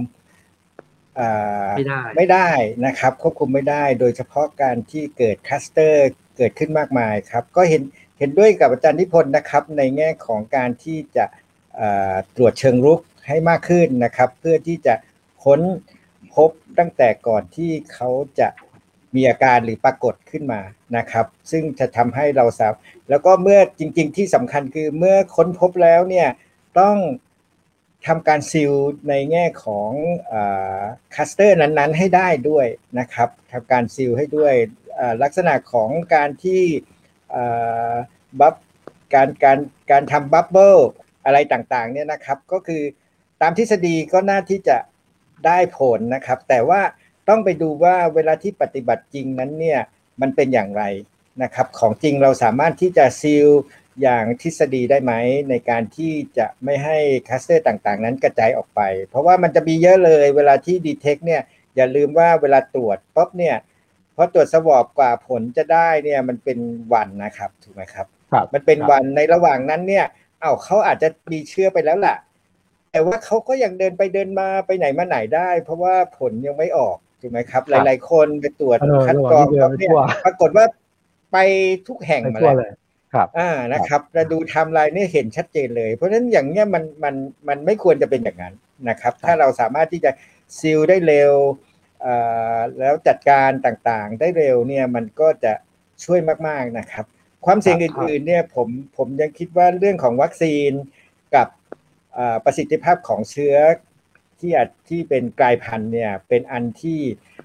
ไม่ได้นะครับควบคุมไม่ได้โดยเฉพาะการที่เกิดคลัสเตอร์เกิดขึ้นมากมายครับก็เห็นด้วยกับอาจารย์นิพนธ์นะครับในแง่ของการที่จะตรวจเชิงรุกให้มากขึ้นนะครับเพื่อที่จะค้นพบตั้งแต่ก่อนที่เขาจะมีอาการหรือปรากฏขึ้นมานะครับซึ่งจะทำให้เราทราบแล้วก็เมื่อจริงๆที่สำคัญคือเมื่อค้นพบแล้วเนี่ยต้องทำการซีลในแง่ของคลัสเตอร์นั้นๆให้ได้ด้วยนะครับทำการซีลให้ด้วยลักษณะของการที่บัฟการทำบับเบิลอะไรต่างๆเนี่ยนะครับก็คือตามทฤษฎีก็น่าที่จะได้ผลนะครับแต่ว่าต้องไปดูว่าเวลาที่ปฏิบัติจริงนั้นเนี่ยมันเป็นอย่างไรนะครับของจริงเราสามารถที่จะซีลอย่างทฤษฎีได้ไหมในการที่จะไม่ให้คลัสเตอร์ต่างๆนั้นกระจายออกไปเพราะว่ามันจะมีเยอะเลยเวลาที่ดีเทคเนี่ยอย่าลืมว่าเวลาตรวจปุ๊บเนี่ยพอตรวจสวอปกว่าผลจะได้เนี่ยมันเป็นวันนะครับถูกไหมครับมันเป็นวันในระหว่างนั้นเนี่ยเขาอาจจะมีเชื้อไปแล้วล่ะแต่ว่าเขาก็ยังเดินไปเดินมาไปไหนมาไหนได้เพราะว่าผลยังไม่ออกถูกไหมครับหลายๆคนไปตรวจคัดกรองเนี่ยปรากฏว่าไปทุกแห่งมาแล้วนะครับเราดูไทม์ไลน์นี่เห็นชัดเจนเลยเพราะฉะนั้นอย่างเงี้ยมันไม่ควรจะเป็นอย่างนั้นนะครับถ้าเราสามารถที่จะซีลได้เร็วแล้วจัดการต่างๆได้เร็วเนี่ยมันก็จะช่วยมากๆนะครับความเสี่ยงอื่นๆเนี่ยผมยังคิดว่าเรื่องของวัคซีนกับประสิทธิภาพของเชื้อที่เป็นกลายพันธุ์เนี่ยเป็นอันที่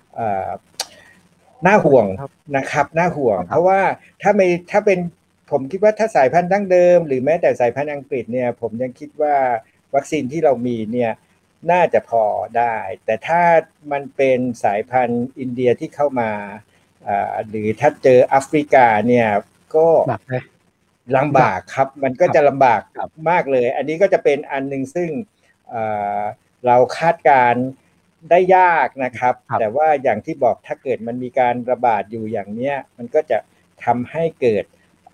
น่าห่วงนะครับน่าห่วงเพราะว่าถ้าเป็นผมคิดว่าถ้าสายพันธุ์ดั้งเดิมหรือแม้แต่สายพันธุ์อังกฤษเนี่ยผมยังคิดว่าวัคซีนที่เรามีเนี่ยน่าจะพอได้แต่ถ้ามันเป็นสายพันธุ์อินเดียที่เข้ามาหรือถ้าเจอแอฟริกาเนี่ยก็ลำบากครับมันก็จะลำบากมากเลยอันนี้ก็จะเป็นอันนึงซึ่งเราคาดการได้ยากนะครับแต่ว่าอย่างที่บอกถ้าเกิดมันมีการระบาดอยู่อย่างนี้มันก็จะทำให้เกิด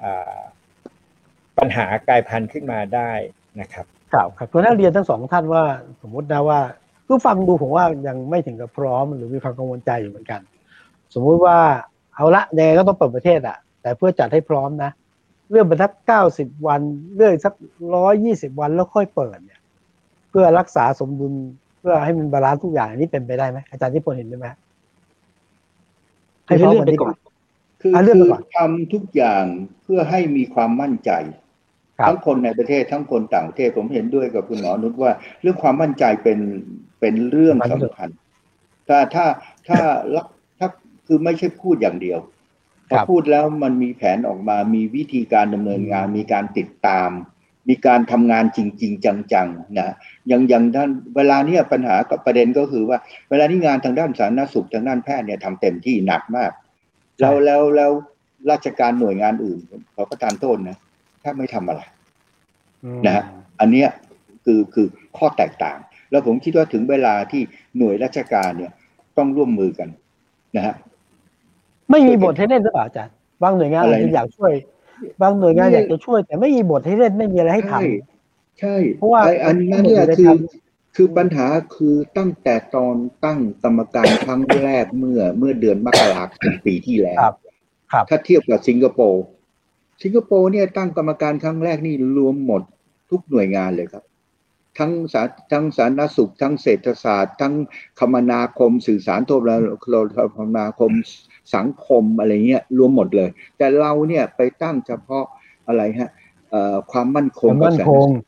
ปัญหากลายพันธุ์ขึ้นมาได้นะครับครับตัวนักเรียนทั้งสองท่านว่าสมมตินะว่าคือฟังดูผมว่ายังไม่ถึงกับพร้อมหรือมีความกังวลใจอยู่เหมือนกันสมมุติว่าเอาละยังไงก็ต้องเปิดประเทศแต่เพื่อจัดให้พร้อมนะเรื่องบรรทัด90 วันเรื่องสัก120 วันแล้วค่อยเปิดเนี่ยเพื่อรักษาสมดุลเพื่อให้มันบาลานซ์ทุกอย่างอันนี้เป็นไปได้ไหมอาจารย์ที่พลเห็นได้ไหมให้เลื่อนไปก่อนคือทำทุกอย่างเพื่อให้มีความมั่นใจทั้งคนในประเทศทั้งคนต่างประเทศผมเห็นด้วยกับคุณหมอนุชว่าเรื่องความมั่นใจเป็นเรื่องสำคัญถ้าคือไม่ใช่พูดอย่างเดียวพอพูดแล้วมันมีแผนออกมามีวิธีการดำเนินงานมีการติดตามมีการทำงานจริงๆจังๆนะอย่างท่านเวลานี้ปัญหากับประเด็นก็คือว่าเวลานี้งานทางด้านสาธารณสุขทางด้านแพทย์เนี่ยทำเต็มที่หนักมากแล้วราชการหน่วยงานอื่นขอประทานโทษนะถ้าไม่ทำอะไรนะฮะอันเนี้ยคือข้อแตกต่างแล้วผมคิดว่าถึงเวลาที่หน่วยราชการเนี่ยต้องร่วมมือกันนะฮะไม่มีบทให้เล่นหรือเปล่าอาจารย์บางหน่วยงานอาจจะอยากช่วยบางหน่วยงานอยากจะช่วยแต่ไม่มีบทให้เล่นไม่มีอะไรให้ทำใช่เพราะว่าอันนั้นเนี่ยคือปัญหาคือตั้งแต่ตอนตั้งกรรมการครั้งแรกเมื่อเดือนมกราคมปีที่แล้วถ้าเทียบกับสิงคโปร์เนี่ยตั้งกรรมการครั้งแรกนี่รวมหมดทุกหน่วยงานเลยครับทั้งสาธารณสุขทั้งเศรษฐศาสตร์ทั้งคมนาคมสื่อสารโทรคมนาคมสังคมอะไรเงี้ยรวมหมดเลยแต่เราเนี่ยไปตั้งเฉพาะอะไรฮะความมั่นคง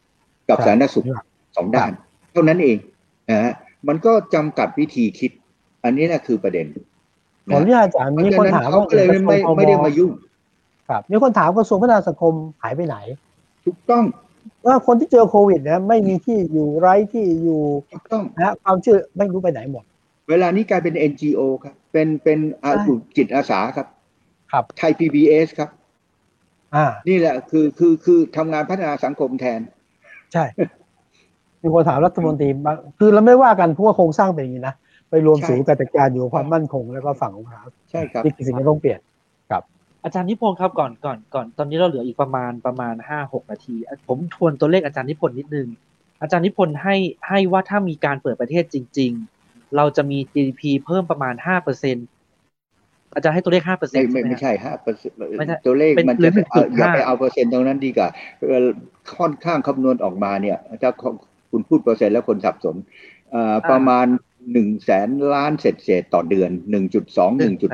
กับสาธารณสุข2 ด้านเท่านั้นเองนะฮะมันก็จำกัดวิธีคิดอันนี้แหละคือประเด็นขออนุญาตอาจารย์มีคนถามว่าก็เลยไม่ได้มายุ่งครับมีคนถามกระทรวงพัฒนาสังคมหายไปไหนถูกต้องว่าคนที่เจอโควิดนะไม่มีที่อยู่ไร้ที่อยู่ถูกต้องนะความเชื่อไม่รู้ไปไหนหมดเวลานี้กลายเป็น NGO ครับเป็นจิตอาสาครับไทย PBS ครับนี่แหละคือทำงานพัฒนาสังคมแทนใช่มีคนถามรัฐมนตรีคือเราไม่ว่ากันเพราะว่าโครงสร้างเป็นอย่างนี้นะไปรวมศูนย์การจัดการอยู่ความมั่นคงแล้วก็ฝั่งของเราใช่ครับนี่คือสิ่งที่ต้องเปลี่ยนครับอาจารย์นิพนธ์ครับก่อนตอนนี้เราเหลืออีกประมาณ5-6 นาทีผมทวนตัวเลขอาจารย์นิพนธ์นิดนึงอาจารย์นิพนธ์ให้ว่าถ้ามีการเปิดประเทศจริงๆเราจะมี GDP เพิ่มประมาณ 5%อาจารย์ให้ตัวเลข 5% ไม่ใช่ 5% ตัวเลขมันจะอย่าไปเอาเปอร์เซ็นต์ตรงนั้นดีกว่าค่อนข้างคำนวณออกมาเนี่ยถ้าคุณพูดเปอร์เซ็นต์แล้วคนสับสนประมาณ100,000 ล้านเศษต่อเดือน 1.2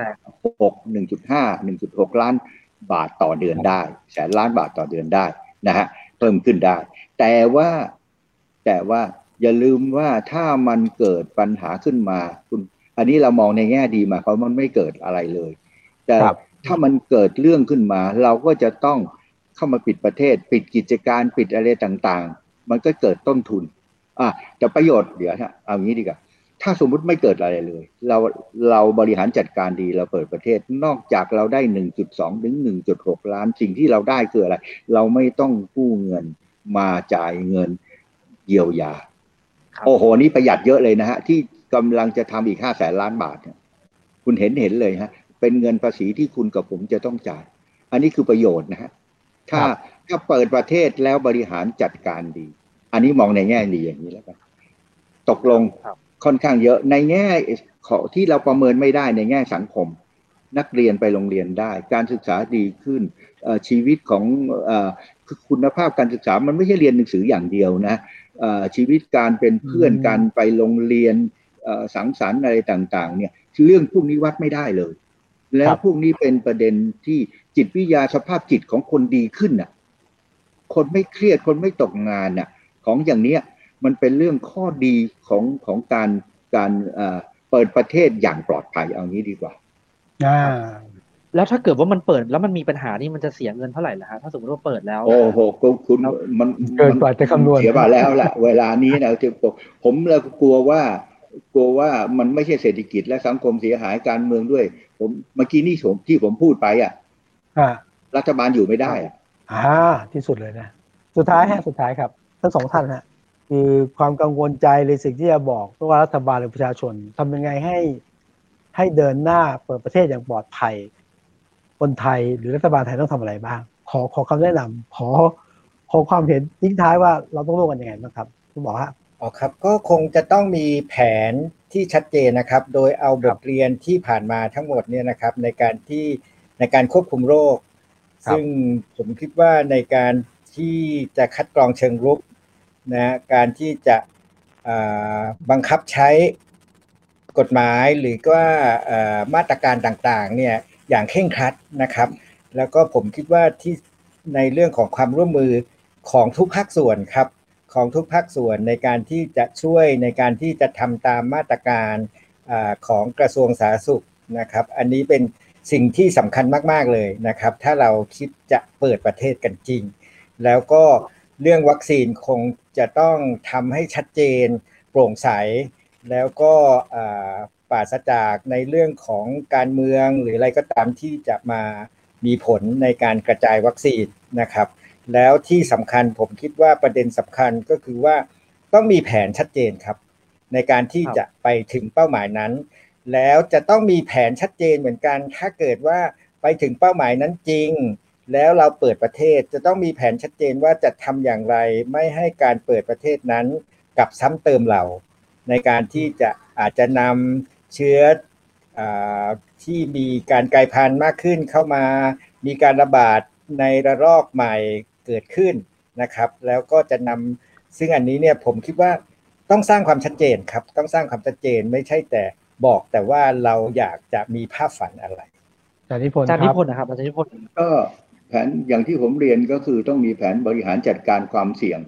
1.6 1.5 1.6 ล้านบาทต่อเดือนได้100,000 ล้านบาทต่อเดือนได้นะฮะเพิ่มขึ้นได้แต่ว่าอย่าลืมว่าถ้ามันเกิดปัญหาขึ้นมาอันนี้เรามองในแง่ดีมาเพราะมันไม่เกิดอะไรเลยแต่ถ้ามันเกิดเรื่องขึ้นมาเราก็จะต้องเข้ามาปิดประเทศปิดกิจการปิดอะไรต่างๆมันก็เกิดต้นทุนแต่ประโยชน์เดี๋ยวเอางี้ดีกว่าถ้าสมมุติไม่เกิดอะไรเลยเราบริหารจัดการดีเราเปิดประเทศนอกจากเราได้ 1.2 ถึง 1.6 ล้านสิ่งที่เราได้คืออะไรเราไม่ต้องกู้เงินมาจ่ายเงินเยียวยาโอ้โหนี่ประหยัดเยอะเลยนะฮะที่กำลังจะทำอีก 500,000 ล้านบาทเนี่ยคุณเห็นเลยฮะเป็นเงินภาษีที่คุณกับผมจะต้องจ่ายอันนี้คือประโยชน์นะฮะถ้าเปิดประเทศแล้วบริหารจัดการดีอันนี้มองในแง่ดีอย่างนี้แล้วกันตกลงค่อนข้างเยอะในแง่ที่เราประเมินไม่ได้ในแง่สังคมนักเรียนไปโรงเรียนได้การศึกษาดีขึ้นชีวิตของคุณภาพการศึกษามันไม่ใช่เรียนหนังสืออย่างเดียวนะชีวิตการเป็นเพื่อนการไปโรงเรียนสังสรรค์อะไรต่างๆเนี่ยเรื่องพวกนี้วัดไม่ได้เลยแล้วพวกนี้เป็นประเด็นที่จิตวิทยาสภาพจิตของคนดีขึ้นน่ะคนไม่เครียดคนไม่ตกงานน่ะของอย่างเนี้ยมันเป็นเรื่องข้อดีของการเปิดประเทศอย่างปลอดภัยเอางี้ดีกว่าแล้วถ้าเกิดว่ามันเปิดแล้วมันมีปัญหานี่มันจะเสียเงินเท่าไหร่ล่ะฮะถ้าสมมติว่าเปิดแล้วโอ้โหคุณมันเกินกว่าจะคำนวณเสียมาแล้วแหละเวลานี้นะผมเลยกลัวว่ามันไม่ใช่เศรษฐกิจและสังคมเสียหายการเมืองด้วยผมเมื่อกี้นี่ที่ผมพูดไปรัฐบาลอยู่ไม่ได้ที่สุดเลยนะสุดท้ายครับทั้งสองท่านฮะคือความกังวลใจเลยสิ่งที่จะบอกว่ารัฐบาลหรือประชาชนทำยังไงให้เดินหน้าเปิดประเทศอย่างปลอดภัยคนไทยหรือรัฐบาลไทยต้องทำอะไรบ้างขอคำแนะนำขอความเห็นทิ้งท้ายว่าเราต้องร่วมกันยังไงบ้างครับคุณหมอฮะครับก็คงจะต้องมีแผนที่ชัดเจนนะครับโดยเอาบทเรียนที่ผ่านมาทั้งหมดเนี่ยนะครับในการควบคุมโรคซึ่งผมคิดว่าในการที่จะคัดกรองเชิงรุกนะการที่จะบังคับใช้กฎหมายหรือว่ามาตรการต่างๆเนี่ยอย่างเคร่งครัดนะครับแล้วก็ผมคิดว่าที่ในเรื่องของความร่วมมือของทุกภาคส่วนครับของทุกภาคส่วนในการที่จะช่วยในการที่จะทำตามมาตรการของกระทรวงสาธารณสุขนะครับอันนี้เป็นสิ่งที่สำคัญมากๆเลยนะครับถ้าเราคิดจะเปิดประเทศกันจริงแล้วก็เรื่องวัคซีนคงจะต้องทำให้ชัดเจนโปร่งใสแล้วก็ปราศจากในเรื่องของการเมืองหรืออะไรก็ตามที่จะมามีผลในการกระจายวัคซีนนะครับแล้วที่สำคัญผมคิดว่าประเด็นสำคัญก็คือว่าต้องมีแผนชัดเจนครับในการที่จะไปถึงเป้าหมายนั้นแล้วจะต้องมีแผนชัดเจนเหมือนกันถ้าเกิดว่าไปถึงเป้าหมายนั้นจริงแล้วเราเปิดประเทศจะต้องมีแผนชัดเจนว่าจะทำอย่างไรไม่ให้การเปิดประเทศนั้นกลับซ้ำเติมเราในการที่จะอาจจะนำเชื้อที่มีการกลายพันธุ์มากขึ้นเข้ามามีการระบาดในระลอกใหม่เกิดขึ้นนะครับแล้วก็จะนำซึ่งอันนี้เนี่ยผมคิดว่าต้องสร้างความชัดเจนครับต้องสร้างความชัดเจนไม่ใช่แต่บอกแต่ว่าเราอยากจะมีภาพฝันอะไรอาจารย์นิพนธ์นะครับอาจารย์นิพนธ์ก็แผนอย่างที่ผมเรียนก็คือต้องมีแผนบริหารจัดการความเสี่ยง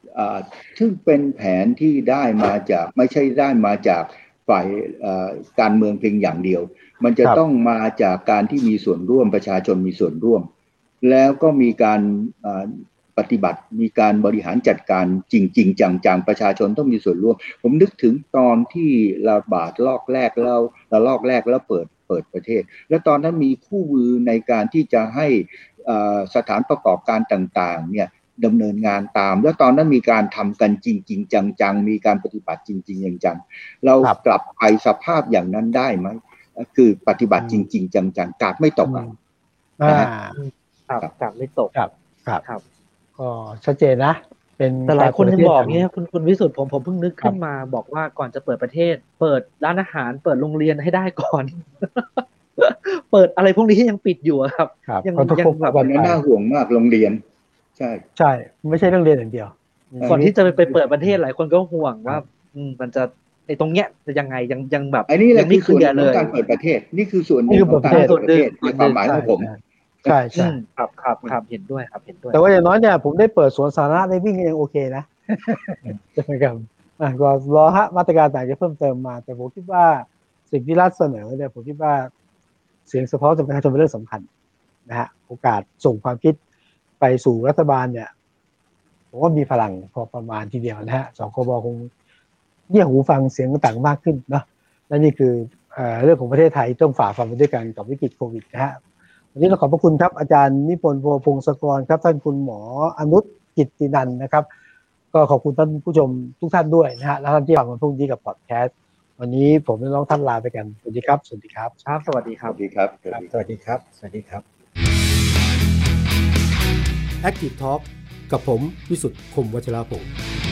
ซึ่งเป็นแผนที่ได้มาจากไม่ใช่ได้มาจากฝ่ายการเมืองเพียงอย่างเดียวมันจะต้องมาจากการที่มีส่วนร่วมประชาชนมีส่วนร่วมแล้วก็มีการปฏิบัติมีการบริหารจัดการจริงๆจังๆประชาชนต้องมีส่วนร่วมผมนึกถึงตอนที่ระบาดรอบแรกแล้วเปิดประเทศและตอนนั้นมีคู่มือในการที่จะให้สถานประกอบการต่างๆเนี่ยดำเนินงานตามแล้วตอนนั้นมีการทำกันจริงๆจังๆมีการปฏิบัติจริงๆจังๆเรากลับไปสภาพอย่างนั้นได้ไหมคือปฏิบัติจริงๆจังๆกาดไม่ตกกาดไม่ตกครับก็ชัดเจนนะเป็นแต่หลายคนยังบอกเนี่ยคุณวิสุทธิ์ผมเพิ่งนึกขึ้นมาบอกว่าก่อนจะเปิดประเทศเปิดร้านอาหารเปิดโรงเรียนให้ได้ก่อนเปิดอะไรพวกนี้ที่ยังปิดอยู่ครับยังแบบน่าห่วงมากโรงเรียนใช่ไม่ใช่เรื่องเรียนอย่างเดียวก่อนที่จะไปเปิดประเทศหลายคนก็ห่วงว่ามันจะไอ้ตรงเนี้ยจะยังไงยังแบบยังไม่เคลียร์เลยการเปิดประเทศนี่คือส่วนหนึ่งของการเปิดประเทศในความหมายของผมใช่ครับเห็นด้วยครับเห็นด้วยแต่ว่าอย่างน้อยเนี่ยผมได้เปิดสวนสาธารณะได้วิ่งยังโอเคนะใช่ไหมครับก็รอมาตรการต่างจะเพิ่มเติมมาแต่ผมคิดว่าสิ่งที่รัฐเสนอเนี่ยผมคิดว่าเสียงสะท้อนจากประชาชนเป็นเรื่องสำคัญนะฮะโอกาสส่งความคิดไปสู่รัฐบาลเนี่ยผมว่ามีพลังพอประมาณทีเดียวนะฮะสคบคงเงี่ยหูฟังเสียงต่างมากขึ้นเนาะและนี่คือเรื่องของประเทศไทยต้องฝ่าฟันไปด้วยกันกับวิกฤตโควิดนะฮะวันนี้เราขอบพระคุณครับอาจารย์นิพนธ์ พงศกรครับท่านคุณหมออนุช กิตตินันท์นะครับก็ขอบคุณท่านผู้ชมทุกท่านด้วยนะฮะและท่านที่ฟังวันพรุ่งนี้กับพอดแคสต์วันนี้ผมและน้องท่านลาไปกันสวัสดีครับสวัสดีครับสวัสดีครับสวัสดีครับสวัสดีครับสวัสดีครับ Active Talk กับผมวิสุทธิ์ คมวัชรพงศ์